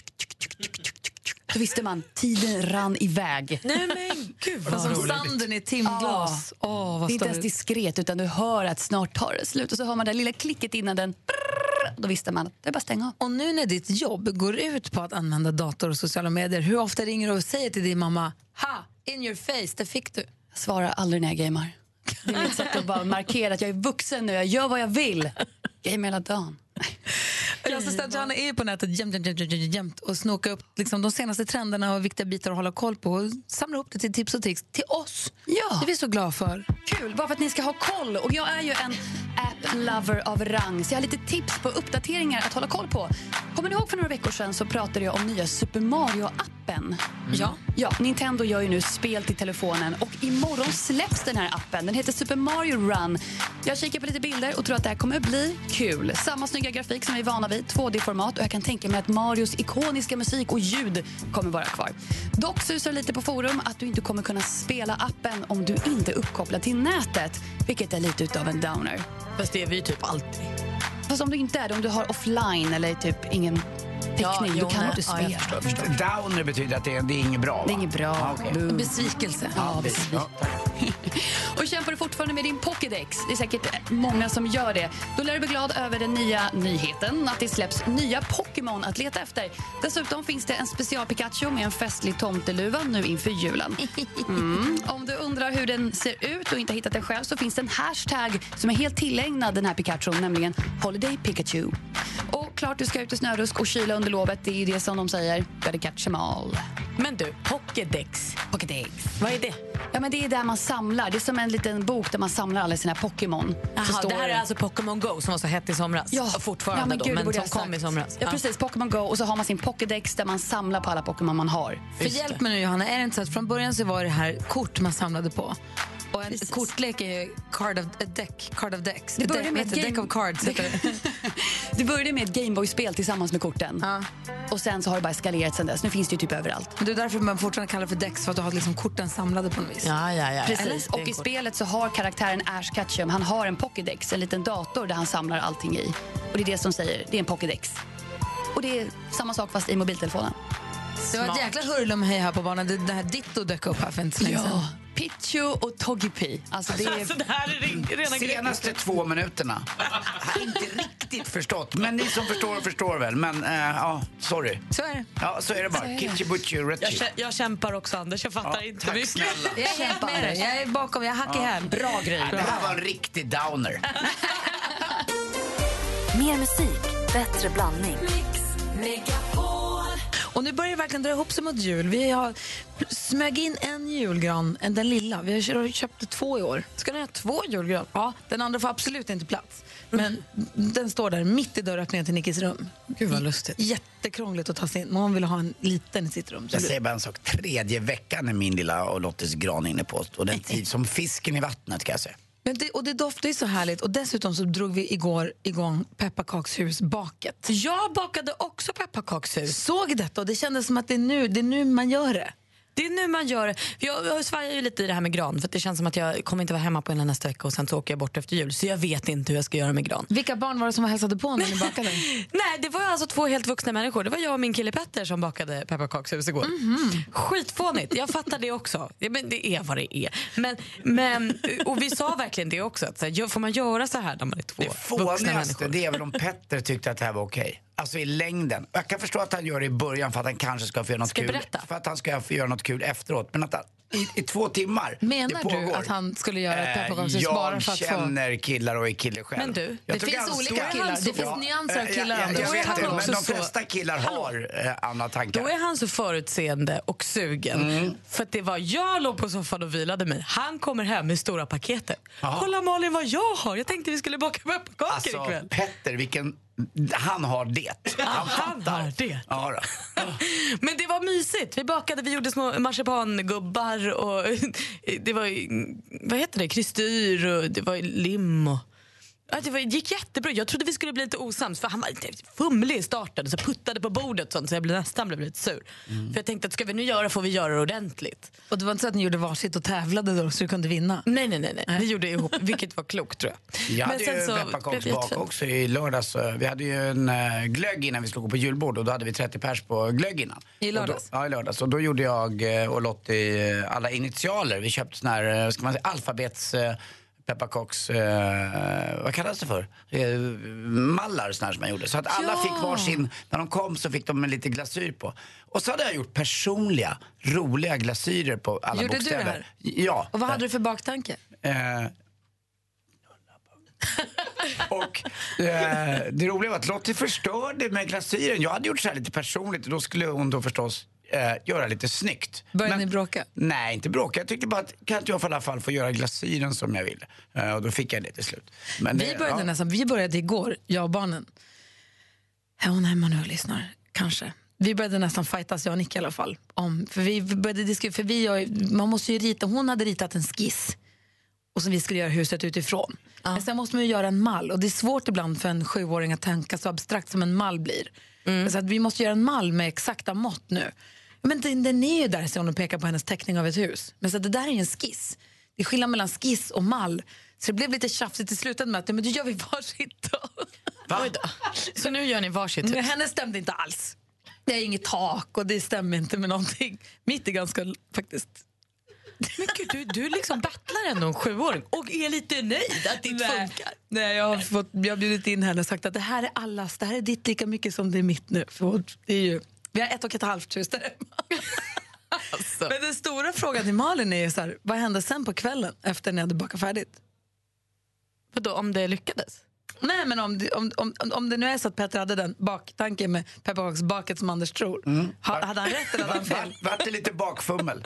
Då visste man, tiden rann iväg. Nej men gud vad som roligt. Sanden i timglas. Ja. Åh, vad det är inte står ens det? diskret utan du hör att snart tar det slut. Och så hör man det lilla klicket innan den... Då visste man att det är bara stänga av. Och nu när ditt jobb går ut på att använda dator och sociala medier, hur ofta ringer du och säger till din mamma, ha, in your face, det fick du? Jag svarar aldrig när jag gamer. Det är mitt sätt att bara markera att jag är vuxen nu, jag gör vad jag vill. Gamer hela dagen. Assistent Johanna är på nätet jämt, jämt, jämt, jämt, jämt och snokar upp liksom, de senaste trenderna och viktiga bitar att hålla koll på och samla upp det till tips och tricks till oss. Ja. Det är vi så glada för. Kul, bara för att ni ska ha koll. Och jag är ju en app-lover av rang så jag har lite tips på uppdateringar att hålla koll på. Kommer ni ihåg för några veckor sedan så pratade jag om nya Super Mario-appen? Mm. Ja. Ja, Nintendo gör ju nu spel till telefonen och imorgon släpps den här appen. Den heter Super Mario Run. Jag kikar på lite bilder och tror att det här kommer bli kul. Samma snygga grafik som vi är vana vid, två D-format och jag kan tänka mig att Marios ikoniska musik och ljud kommer vara kvar. Dock susar lite på forum att du inte kommer kunna spela appen om du inte är uppkopplad till nätet, vilket är lite utav en downer. Fast det är vi typ alltid. Fast om du inte är det, om du har offline eller typ ingen täckning, Ja, då jo, kan nej. du inte Ja, spela. jag förstår, förstår. Downer betyder att det är, det är inget bra, va? Det är inget bra. Ah, okej. Boo. Besvikelse. Ja, det- besvikelse. ja, tack. Och kämpar du fortfarande med din Pokédex? Det är säkert många som gör det. Då lär du bli glad över den nya nyheten att det släpps nya Pokémon att leta efter. Dessutom finns det en special Pikachu med en festlig tomteluva nu inför julen. Mm. Om du undrar hur den ser ut och inte har hittat den själv så finns det en hashtag som är helt tillägnad den här Pikachu, nämligen Holiday Pikachu. Och klart du ska ut i snörusk och kyla under lovet, det är ju det som de säger. Gotta catch them all. Men du, Pokédex. Pokédex. Vad är det? Ja, men det är där man samlar. Det är som en liten bok där man samlar alla sina Pokémon. Så Jaha, står det här är alltså Pokémon Go som var så hett i somras. Ja, Och fortfarande ja, men då, gud, det men borde som jag kom sagt. i somras. Ja, precis. Pokémon Go och så har man sin Pokédex där man samlar på alla Pokémon man har. För hjälp mig nu Johanna, är det inte så att från början så var det här kort man samlade på? Och en Precis. kortlek är ju card of, a deck, card of decks. Det Ett börjar deck, med heter ett deck game- of cards. Heter det. Det började med ett Gameboy-spel tillsammans med korten. Ja. Och sen så har det bara eskalerat sen dess. Nu finns det ju typ överallt. Men det är därför man fortfarande kallar det för decks, för att du har liksom korten samlade på något vis. Ja, ja, ja. Precis. Eller? Och i spelet så har karaktären Ash Ketchum, han har en Pokédex, en liten dator där han samlar allting i. Och det är det som säger, det är en Pokédex. Och det är samma sak fast i mobiltelefonen. Det var ett jäkla hurlum hej här på banan. Det, det här Ditto dök upp här för inte så länge sedan. Ja, Pichu och Togepi. Alltså det, är... alltså, det här är rena senaste två minuterna. Jag har inte riktigt förstått. Men ni som förstår förstår väl. Men uh, ja, sorry. Så är det. Ja, så är det bara. Kitchi Butchi Retchi. Jag, jag kämpar också, Anders. Jag fattar ja, inte tack mycket. Snälla. Jag är helt med dig. Jag är bakom. Jag hackar ja. här. Bra grej. Det här var en riktig downer. Mer musik, bättre blandning. Mix Megapol. Och nu börjar det verkligen dra ihop sig mot jul. Vi har smög in en julgran, den lilla. Vi har köpt två i år. Ska ni ha två julgran? Ja, den andra får absolut inte plats. Men den står där mitt i dörröppningen till Nickis rum. Gud vad lustigt. Jättekrångligt att ta sig in. Men hon vill ha en liten i sitt rum. Jag säger bara en sak. Tredje veckan är min lilla och Lottes gran inne på oss. Och den tid som fisken i vattnet kan jag säga. Men det, och det doftar ju så härligt. Och dessutom så drog vi igår igång pepparkakshusbaket. Jag bakade också pepparkakshus. Såg detta och det kändes som att det är nu, det är nu man gör det. Det är nu man gör det. Jag, jag svajar ju lite i det här med gran. För det känns som att jag kommer inte vara hemma på hela nästa vecka. Och sen så åker jag bort efter jul. Så jag vet inte hur jag ska göra med gran. Vilka barn var det som hälsade på när ni bakade? Nej, det var alltså två helt vuxna människor. Det var jag och min kille Petter som bakade pepparkakshus igår. Mm-hmm. Skitfånigt, jag fattar det också. Ja, men det är vad det är. Men, men, och vi sa verkligen det också. Att, så här, får man göra så här när man är två det vuxna människor? Det är väl om Petter tyckte att det här var okej. Okay. Alltså i längden. Jag kan förstå att han gör det i början för att han kanske ska få göra något ska kul. Berätta? För att han ska få göra något kul efteråt. Men att han, i, i två timmar. Menar du att han skulle göra ett pepparkakshus eh, bara för att få... Jag känner killar och är kille själv. Men du, jag det finns olika killar. Det finns ja, nyanser av killar. Jag, jag, jag vet det, men de flesta så... killar har eh, andra tankar. Då är han så förutseende och sugen. Mm. För att det var jag låg på soffan och vilade mig. Han kommer hem med stora paketet. Aha. Kolla Malin vad jag har. Jag tänkte vi skulle baka pepparkakor alltså, ikväll. Petter, vilken... Han har det. Han, han har det. Ja, men det var mysigt. Vi bakade, vi gjorde små marsipangubbar och det var, vad heter det, kristyr och det var lim och... Ja, det var, gick jättebra. Jag trodde vi skulle bli lite osams för han var lite fumlig i starten så puttade på bordet sånt, så jag blev nästan blev lite sur. Mm. För jag tänkte att ska vi nu göra får vi göra det ordentligt. Och det var inte så att ni gjorde varsitt och tävlade då så du kunde vinna? Nej, nej, nej. nej. Nej. Vi gjorde ihop, vilket var klokt tror jag. Jag hade Men ju pepparkaksbak också i lördags. Vi hade ju en uh, glögg innan vi skulle gå på julbord och då hade vi trettio pers på glögg innan. I lördags? Då, ja, i lördags. Och då gjorde jag uh, och Lottie uh, alla initialer. Vi köpte sån här, uh, ska man säga, alfabets... Uh, pepparkaks, eh, vad kallas det för? Eh, mallar såna här som jag gjorde. Så att alla ja. fick varsin, när de kom så fick de en lite glasyr på. Och så hade jag gjort personliga, roliga glasyrer på alla gjorde bokstäver. Gjorde du det här? Ja. Och vad hade du för baktanke? Eh, och eh, det roliga var att Lottie förstörde med glasyren. Jag hade gjort så här lite personligt och då skulle hon då förstås Eh, göra lite snyggt. Började ni bråka? Nej, inte bråka. Jag tyckte bara att kan inte jag för alla fall få göra glasyren som jag ville. Eh, och då fick jag det till slut. Men vi, det, började ja. nästan, vi började igår, jag och barnen. Är hon hemma nu och lyssnar? Kanske. Vi började nästan fightas, jag och Nick i alla fall. Om, för vi började diskutera, för vi gör, man måste ju rita, hon hade ritat en skiss. Och som vi skulle göra huset utifrån. Ja. Men sen måste man ju göra en mall. Och det är svårt ibland för en sjuåring att tänka så abstrakt som en mall blir. Mm. Så att vi måste göra en mall med exakta mått nu. Men den, den är ju där, så hon pekar på hennes teckning av ett hus. Men så att det där är ju en skiss. Det är skillnad mellan skiss och mall. Så det blev lite tjafsigt i slutet med att men då gör vi varsitt då. Va? Så nu gör ni varsitt hus? Men henne stämde inte alls. Det är inget tak och det stämmer inte med någonting. Mitt är ganska faktiskt... Men gud, du, du liksom battlar ändå en sjuåring och är lite nöjd att det inte Nej. funkar. Nej, jag har, fått, jag har bjudit in henne och sagt att det här är allas, det här är ditt lika mycket som det är mitt nu. För det är ju, vi har ett och ett halvt hus där hemma. Alltså. Men den stora frågan till Malin är ju så här, vad hände sen på kvällen efter när ni hade bakat färdigt? För då, om det lyckades? Nej, men om det, om, om, om det nu är så att Petter hade den baktanken med pepparkaksbaket som Anders tror. Mm. Ha, hade han rätt eller hade han fel? Vart det lite bakfummel?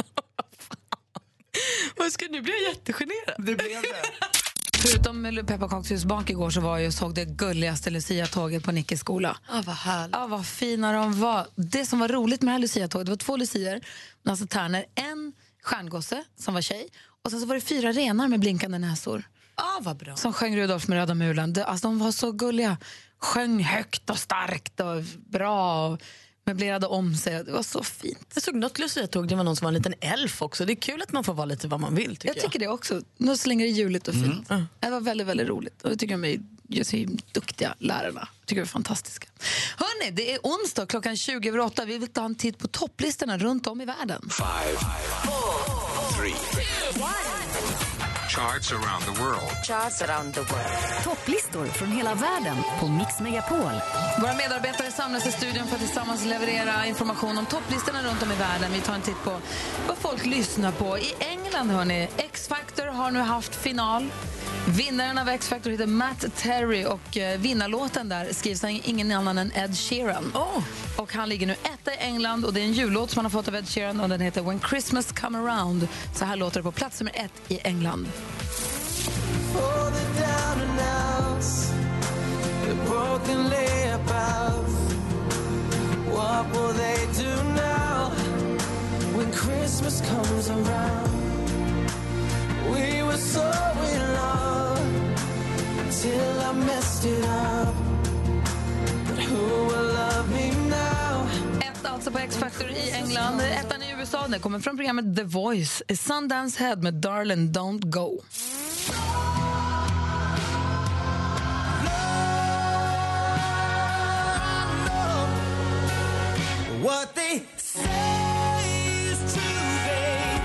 Vad ska nu bli jag jättegenerad. Det blev det. Förutom pepparkakshusbak igår så var jag och såg det gulligaste Lucia-tåget på Nickes skola. Ah, vad härligt. Ja, vad fina de var. Det som var roligt med det här Lucia-tåget, det var två lucier, alltså tärner, en stjärngosse som var tjej och sen så var det fyra renar med blinkande näsor. Ah, vad bra. Som sjöng Rudolf med röda mulen. Det, alltså, de var så gulliga. Sjöng högt och starkt och bra och möblerade om sig. Det var så fint. Jag såg något Lucia-tåg, det var någon som var en liten elf också. Det är kul att man får vara lite vad man vill, tycker jag. Jag tycker det också. Nu så länge det är juligt och fint. Mm. Det var väldigt, väldigt roligt. Och jag tycker de är just duktiga lärarna. Jag tycker de är fantastiska. Hörrni, det är onsdag klockan tjugo över åtta. Vi vill ta en titt på topplistorna runt om i världen. Five, four, three, Charts around the world. Charts around the world. Topplistor från hela världen på Mix Megapol. Våra medarbetare samlas i studion för att tillsammans leverera information om topplistorna runt om i världen. Vi tar en titt på vad folk lyssnar på. I England, hörni, X-Factor har nu haft final. Vinnaren av X-Factor heter Matt Terry och eh, vinnarlåten där skrivs av ingen annan än Ed Sheeran. Oh. Och han ligger nu etta i England och det är en jullåt som han har fått av Ed Sheeran och den heter When Christmas Come Around. Så här låter det på plats nummer ett i England. What will they do now when Christmas comes around? We were so in love till I messed it up. But who will love me now? Ett alltså på X-Factor i England. Ettan i U S A. Det kommer från programmet The Voice. Sundance Head med Darling Don't Go. What they say is true, babe.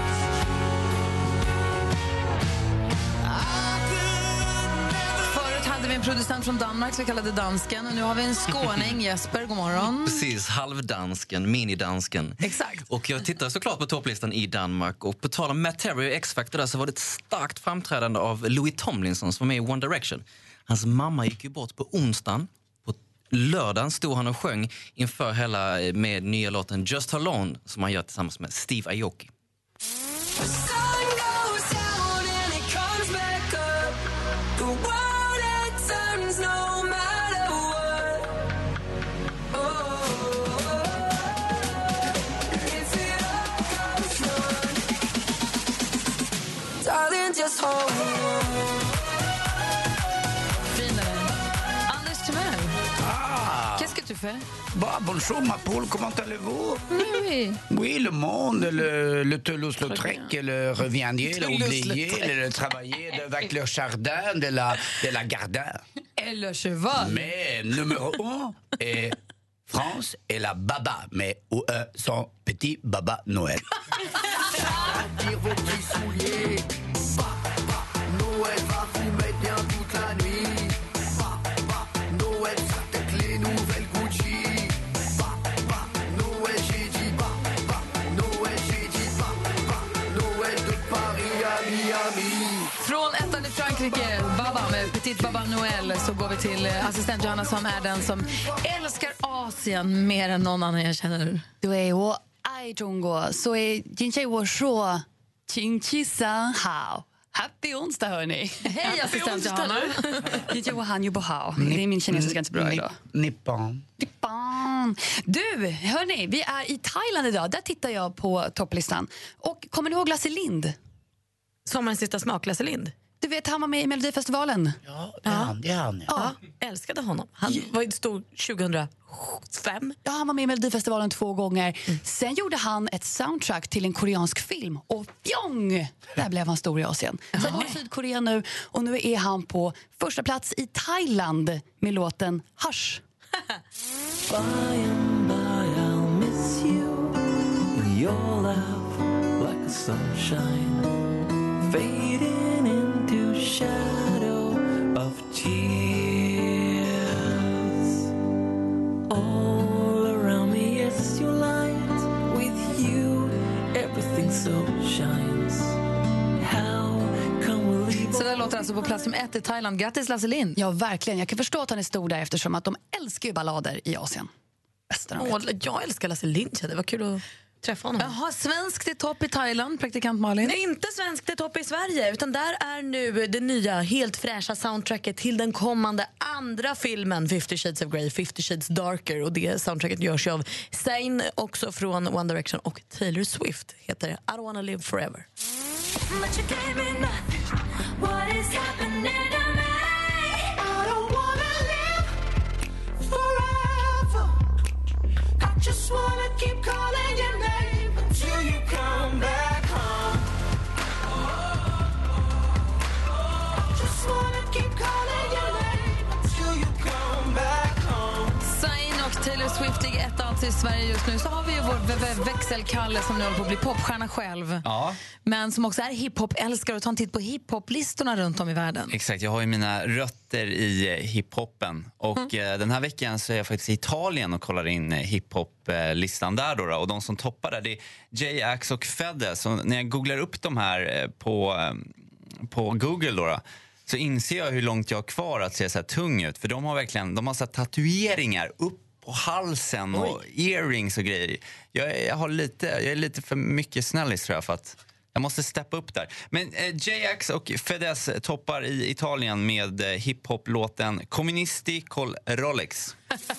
Förut hade vi en producent från Danmark som vi kallade Dansken. Och nu har vi en skåning, Jesper. God morgon. Precis, halvdansken, minidansken. Exakt. Och jag tittar såklart på topplistan i Danmark. Och på tal om Matt Terry och X-Factor där så var det ett starkt framträdande av Louis Tomlinson som var med i One Direction. Hans mamma gick ju bort på onsdagen. Lördagen stod han och sjöng inför hela med nya låten Just Alone som han gör tillsammans med Steve Aoki. Bah, bonjour ma poule, comment allez-vous? Oui. Oui, le monde, le, le Toulouse-Lautrec, le Reviendier, le Ouvrier, le Travailler, de avec le Chardin, de la, de la Gardin. Et le cheval. Mais numéro un est France et la Baba, mais où est son petit Baba Noël? Dire vos petits souliers. Noël va vous mettre bien toute la nuit. Noël, ça t'aide les nouvelles Gucci. Noël, j'ai dit bah, bah. Noël, j'ai dit bah, bah. Noël de Paris à Miami. Från ettan i Frankrike, Baba med Petit Baba Noël, så går vi till assistent Johanna som är den som älskar Asien mer än någon annan jag känner. 对，我爱中国，所以今天我说星期三好。Happy onsdag, hörni. Hej, assistent Johanna. Jag han ju bra. Det är min kinesiska inte bra idag. Nippon. Nippon. Du, hörni, vi är i Thailand idag. Där tittar jag på topplistan. Och kommer ni ihåg Lasse Lind? Sommarens sista smak, Lasse Lind. Du vet, han var med i Melodifestivalen. Ja, det är han. Det är han ja. Ja, älskade honom. Han var ju stor tjugohundrafem. Ja, han var med i Melodifestivalen två gånger. Mm. Sen gjorde han ett soundtrack till en koreansk film. Och fjong! Där blev han stor i Asien. Sen var i Sydkorea nu. Och nu är han på första plats i Thailand med låten Hush. By and by I'll miss you with your laugh like a sunshine fading into shadow of tears all around me. Yes, you light with you everything so shines. How come we leave? Så det låter alltså på plats nummer ett i Thailand. Grattis Lasse Lind. Ja, verkligen. Jag kan förstå att han är stor där eftersom att de älskar ju ballader i Asien. Åh, jag älskar Lasse Lind. Det var kul att träffa honom. Jaha, svensk till topp i Thailand, praktikant Malin. Nej, inte svensk till topp i Sverige, utan där är nu det nya, helt fräscha soundtracket till den kommande andra filmen Fifty Shades of Grey, Fifty Shades Darker. Och det soundtracket görs ju av Zayn, också från One Direction, och Taylor Swift heter I don't wanna live forever. But you gave me nothing. What is happening to me? I don't wanna live forever. I just wanna keep calling your name until you come back home. I just wanna keep calling your name until you come back home. Zayn och Taylor Swift ligger ettan plats i Sverige just nu så har vi ju vår växelkalle som nu håller på att bli popstjärna själv. Ja. Men som också är hiphop-älskare och tar en titt på hiphop-listorna runt om i världen. Exakt, jag har ju mina rötter i hiphopen. Och mm. den här veckan så är jag faktiskt i Italien och kollar in hiphop-listan där då, då. Och de som toppar där, det är J-Ax och Fedez. Så när jag googlar upp de här på, på Google då, då så inser jag hur långt jag har kvar att se så här tung ut. För de har verkligen, de har så här tatueringar upp på halsen och Oj. earrings och grejer. Jag, jag, har lite, jag är lite för mycket snällis tror jag för att jag måste steppa upp där. Men eh, J-Ax och Fedez toppar i Italien med eh, hiphop-låten Comunisti col Rolex.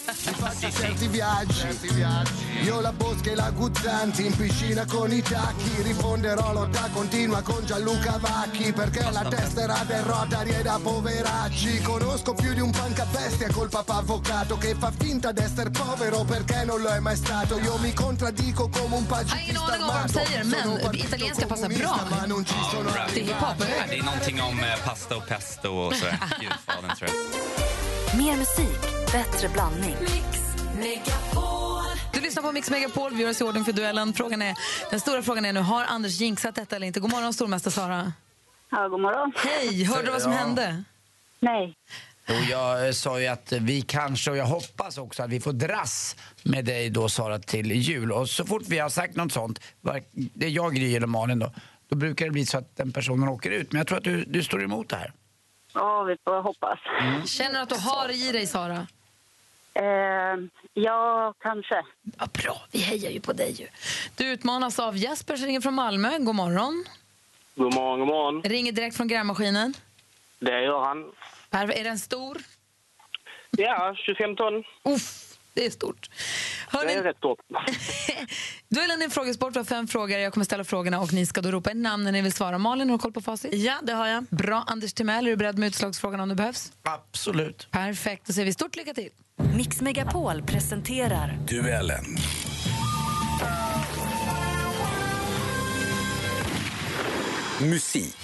Certi viaggi, io la Bosca e la Guzzanti in piscina con i tacchi, rifonderò lotta continua con Gianluca Vacchi perché la tessera del Rotary è da poveracci. Conosco più di un punk a bestia col papà avvocato che fa finta d'essere povero perché non lo è mai stato. Io mi contraddico come un pacifista armato. Men italienska passar bra. Det är hiphop, eller? Det är någonting om eh, pasta och pesto och så. Gudfadern tror jag. Mer musik, bättre blandning. Mix Megapol. Du lyssnar på Mix Megapol, vi gör oss i ordning för duellen. Frågan är, den stora frågan är nu, har Anders jinxat detta eller inte? God morgon, stormästare Sara. Ja, god morgon. Hej, hörde du vad som ja. hände? Nej. Och jag sa ju att vi kanske, och jag hoppas också att vi får dras med dig då, Sara, till jul. Och så fort vi har sagt något sånt, det är jag, Gry eller Malin då, då brukar det bli så att den personen åker ut. Men jag tror att du, du står emot det här. Ja, vi får hoppas. Mm. Känner du att du har i dig, Sara? Eh, ja, kanske. Ja, bra, vi hejar ju på dig ju. Du utmanas av Jesper som ringer från Malmö. God morgon. God morgon, god morgon. Ringer direkt från grävmaskinen. Det gör han. Är den stor? Ja, tjugofem ton. Uff, det är stort. Hörrni, det är rätt stort. Duellen är en frågesport. Vi har fem frågor. Jag kommer ställa frågorna och ni ska då ropa ett namn när ni vill svara. Malin, har du koll på facit? Ja, det har jag. Bra. Anders Timell, är du beredd med utslagsfrågan om det behövs? Absolut. Perfekt, då säger vi stort lycka till. Mix Megapol presenterar Duellen. Musik.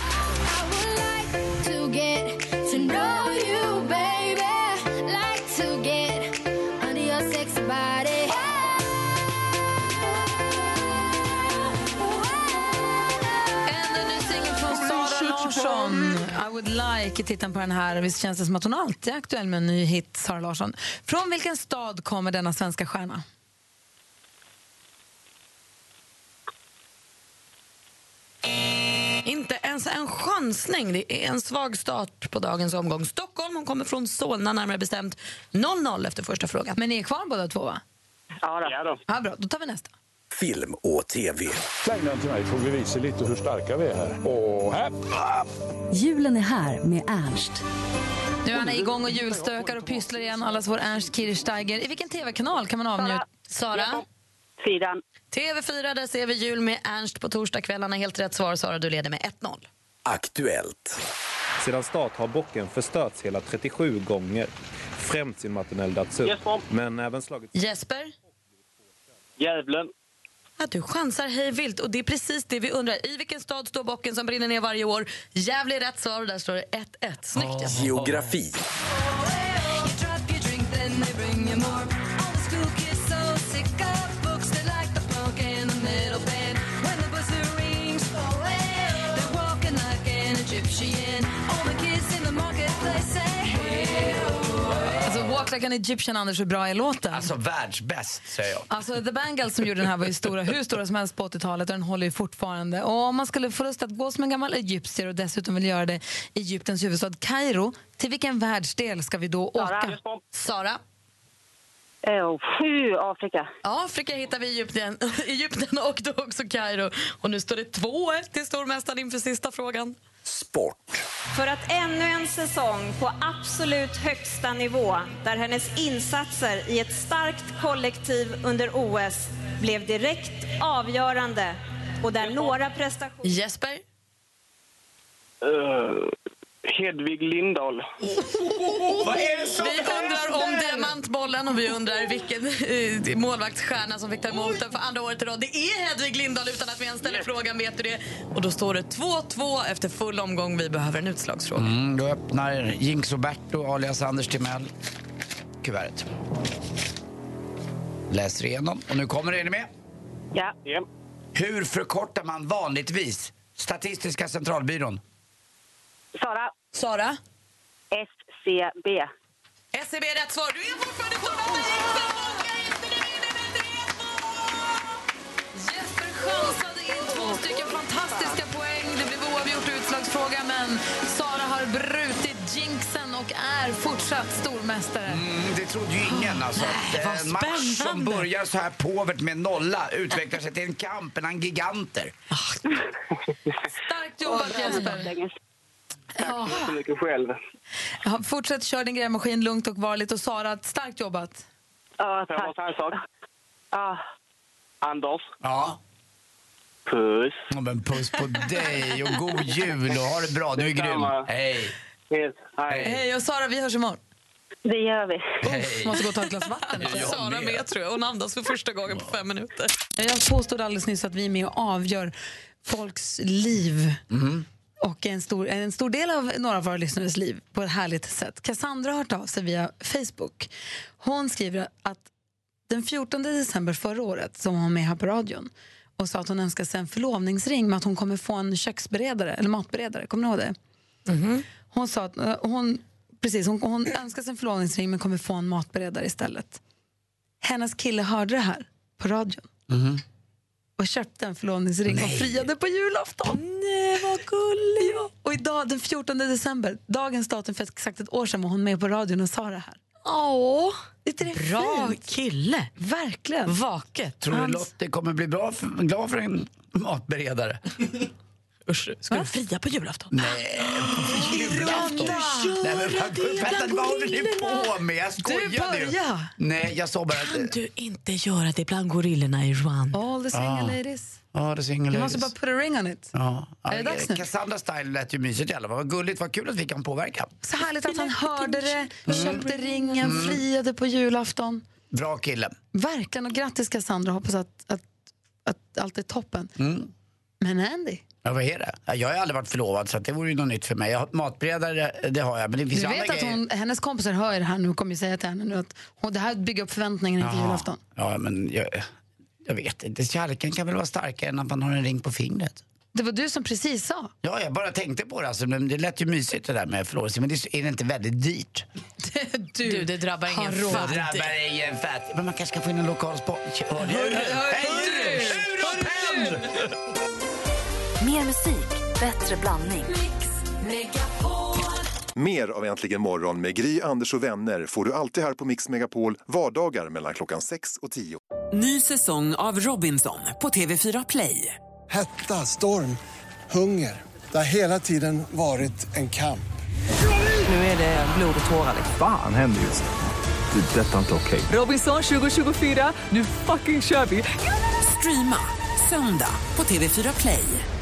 I would like, tittan på den här. Visst känns det som att hon alltid är aktuell med en ny hit, Sara Larsson. Från vilken stad kommer denna svenska stjärna? Inte ens en chansning. Det är en svag start på dagens omgång. Stockholm, hon kommer från Solna, närmare bestämt noll noll efter första frågan. Men ni är kvar båda två, va? Ja, då. Ja, då. Ja, bra, då tar vi nästa. Film och tv. Släng den till mig, får vi visa lite hur starka vi är här. Och här. Julen är här med Ernst. Nu är han igång och julstökar och pysslar igen. Allas vår Ernst Kirchsteiger. I vilken tv-kanal kan man avnjuta? Sara? Fyran. T V fyra, där ser vi jul med Ernst på torsdagskvällarna. Helt rätt svar, Sara, du leder med ett noll. Aktuellt. Sedan start har bocken förstörts hela trettiosju gånger. Främst genom att den eldats upp. Jesper. Men även slagit... Jesper? Djävulen. Att du chansar hej vilt, och det är precis det vi undrar. I vilken stad står bocken som brinner ner varje år? Jävligt rätt svar, och där står det ett ett. Snyggt, oh. Jesper. Geografi. Walk like an Egyptian, Anders, hur bra är låten? Alltså världsbäst, säger jag. Alltså The Bangles som gjorde den här var ju stora, hur stora som helst på åttiotalet, och den håller ju fortfarande. Och om man skulle få lust att gå som en gammal egyptier och dessutom vill göra det i Egyptens huvudstad Kairo, till vilken världsdel ska vi då Sara. åka? Sara? Oh, sju, Afrika. Afrika hittar vi i Egypten, Egypten och då också Kairo. Och nu står det två ett till stormästaren inför sista frågan. Sport. För att ännu en säsong på absolut högsta nivå, där hennes insatser i ett starkt kollektiv under O S blev direkt avgörande och där några prestationer... Jesper? Uh, Hedvig Lindahl. Vad är det som vi undrar om diamantbollen, och vi undrar vilken uh, målvaktsstjärna som fick ta emot den för andra året i rad. Det är Hedvig Lindahl, utan att vi ens ställer yes. frågan, vet du det? Och då står det två två efter full omgång. Vi behöver en utslagsfråga. Mm, då öppnar Jinx och Berto alias Anders Timell kuvertet. Läser igenom. Och nu kommer det, är ni med? Ja. Ja. Hur förkortar man vanligtvis Statistiska centralbyrån? Sara. Sara. S C B. S C B är rätt svar. Du är fortfarande på Jesper chansade in två stycken fantastiska poäng. Det blev oavgjort utslagsfråga, men Sara har brutit jinxen och är fortsatt stormästare. Mm, det trodde ju ingen. Alltså, Nej, att, en match som börjar så här påvert med nolla utvecklar sig till en kamp mellan giganter. Starkt jobbat, Jesper. Tack så mycket själv. Ja, fortsätt köra din grävmaskin lugnt och varligt. Och Sara, starkt jobbat. Ja, Får jag bara säga en sak? Ja. Anders. Ja. Puss. Ja, men puss på dig och god jul och ha det bra. Du är grym. Hej. Hej. Hej, och Sara, vi hörs imorgon. Det gör vi. Uff, måste gå och ta ett glas vatten. Sara med. med tror jag. Hon andas för första gången på fem minuter. Jag påstod alldeles nyss att vi är med och avgör folks liv. Mm. Och en stor, en stor del av några av våra lyssnares liv på ett härligt sätt. Cassandra har hört av sig via Facebook. Hon skriver att den fjortonde december förra året som hon var med här på radion och sa att hon önskar sig en förlovningsring med att hon kommer få en köksberedare eller matberedare. Kommer ni ihåg det? Mm-hmm. Hon sa att hon, precis, hon, hon önskar sig en förlovningsring men kommer få en matberedare istället. Hennes kille hörde det här på radion. Mm-hmm. Och köpte en förlovningsring Nej. och friade på julafton. Nej, vad gulligt. Ja. Och idag, den fjortonde december, dagens datum för exakt ett år sedan, var hon med på radion och sa det här. Åh, det är bra fint. kille. Verkligen. Vaket. Tror du Hans... Lotte kommer bli bra för, glad för en matberedare? Usch, ska du fria på julafton? Nej, på julafton. Nej, men vänta, vad håller ni på med? Jag skojar du. Börja. Nej, jag sa bara... Kan du inte göra det bland gorillorna i Rwanda? All the single ah. ladies. Ja, det single ladies. Du måste bara put a ring on it. Ja. Är det dags nu? Cassandra style lät ju mysigt i alla fall. Vad gulligt, vad kul att vi kan påverka. Så härligt att han hörde det, mm. köpte ringen, mm. friade på julafton. Bra kille. Verkligen, och grattis Cassandra. Hoppas att, att, att allt är toppen. Mm. Men Andy? Ja, vad är det? Jag har aldrig varit förlovad så att det vore ju något nytt för mig. Jag har matberedare, det har jag. Men det finns du vet andra att hon, hennes kompisar hör det här nu och kommer säga till henne nu att hon, det här bygger upp förväntningarna inför julafton. Ja, men jag, jag vet inte. Kärleken kan väl vara starkare än att man har en ring på fingret. Det var du som precis sa. Ja, jag bara tänkte på det. Alltså, men det lät ju mysigt det där med förlovelse. Men det är inte väldigt dyrt. du, du, det drabbar ingen fattig. Det drabbar ingen fattig. Men man kanske ska få in en lokal sport. Hör du? Hej, Europen! Mer musik, bättre blandning. Mer av Äntligen morgon med Gry, Anders och vänner får du alltid här på Mix Megapol vardagar mellan klockan sex och tio. Ny säsong av Robinson på T V fyra Play. Hetta, storm, hunger. Det har hela tiden varit en kamp. Nu är det blod och tårar. Fan händer just det. Det är detta inte okej. Robinson tjugo tjugofyra, nu fucking kör vi. Streama söndag på T V fyra Play.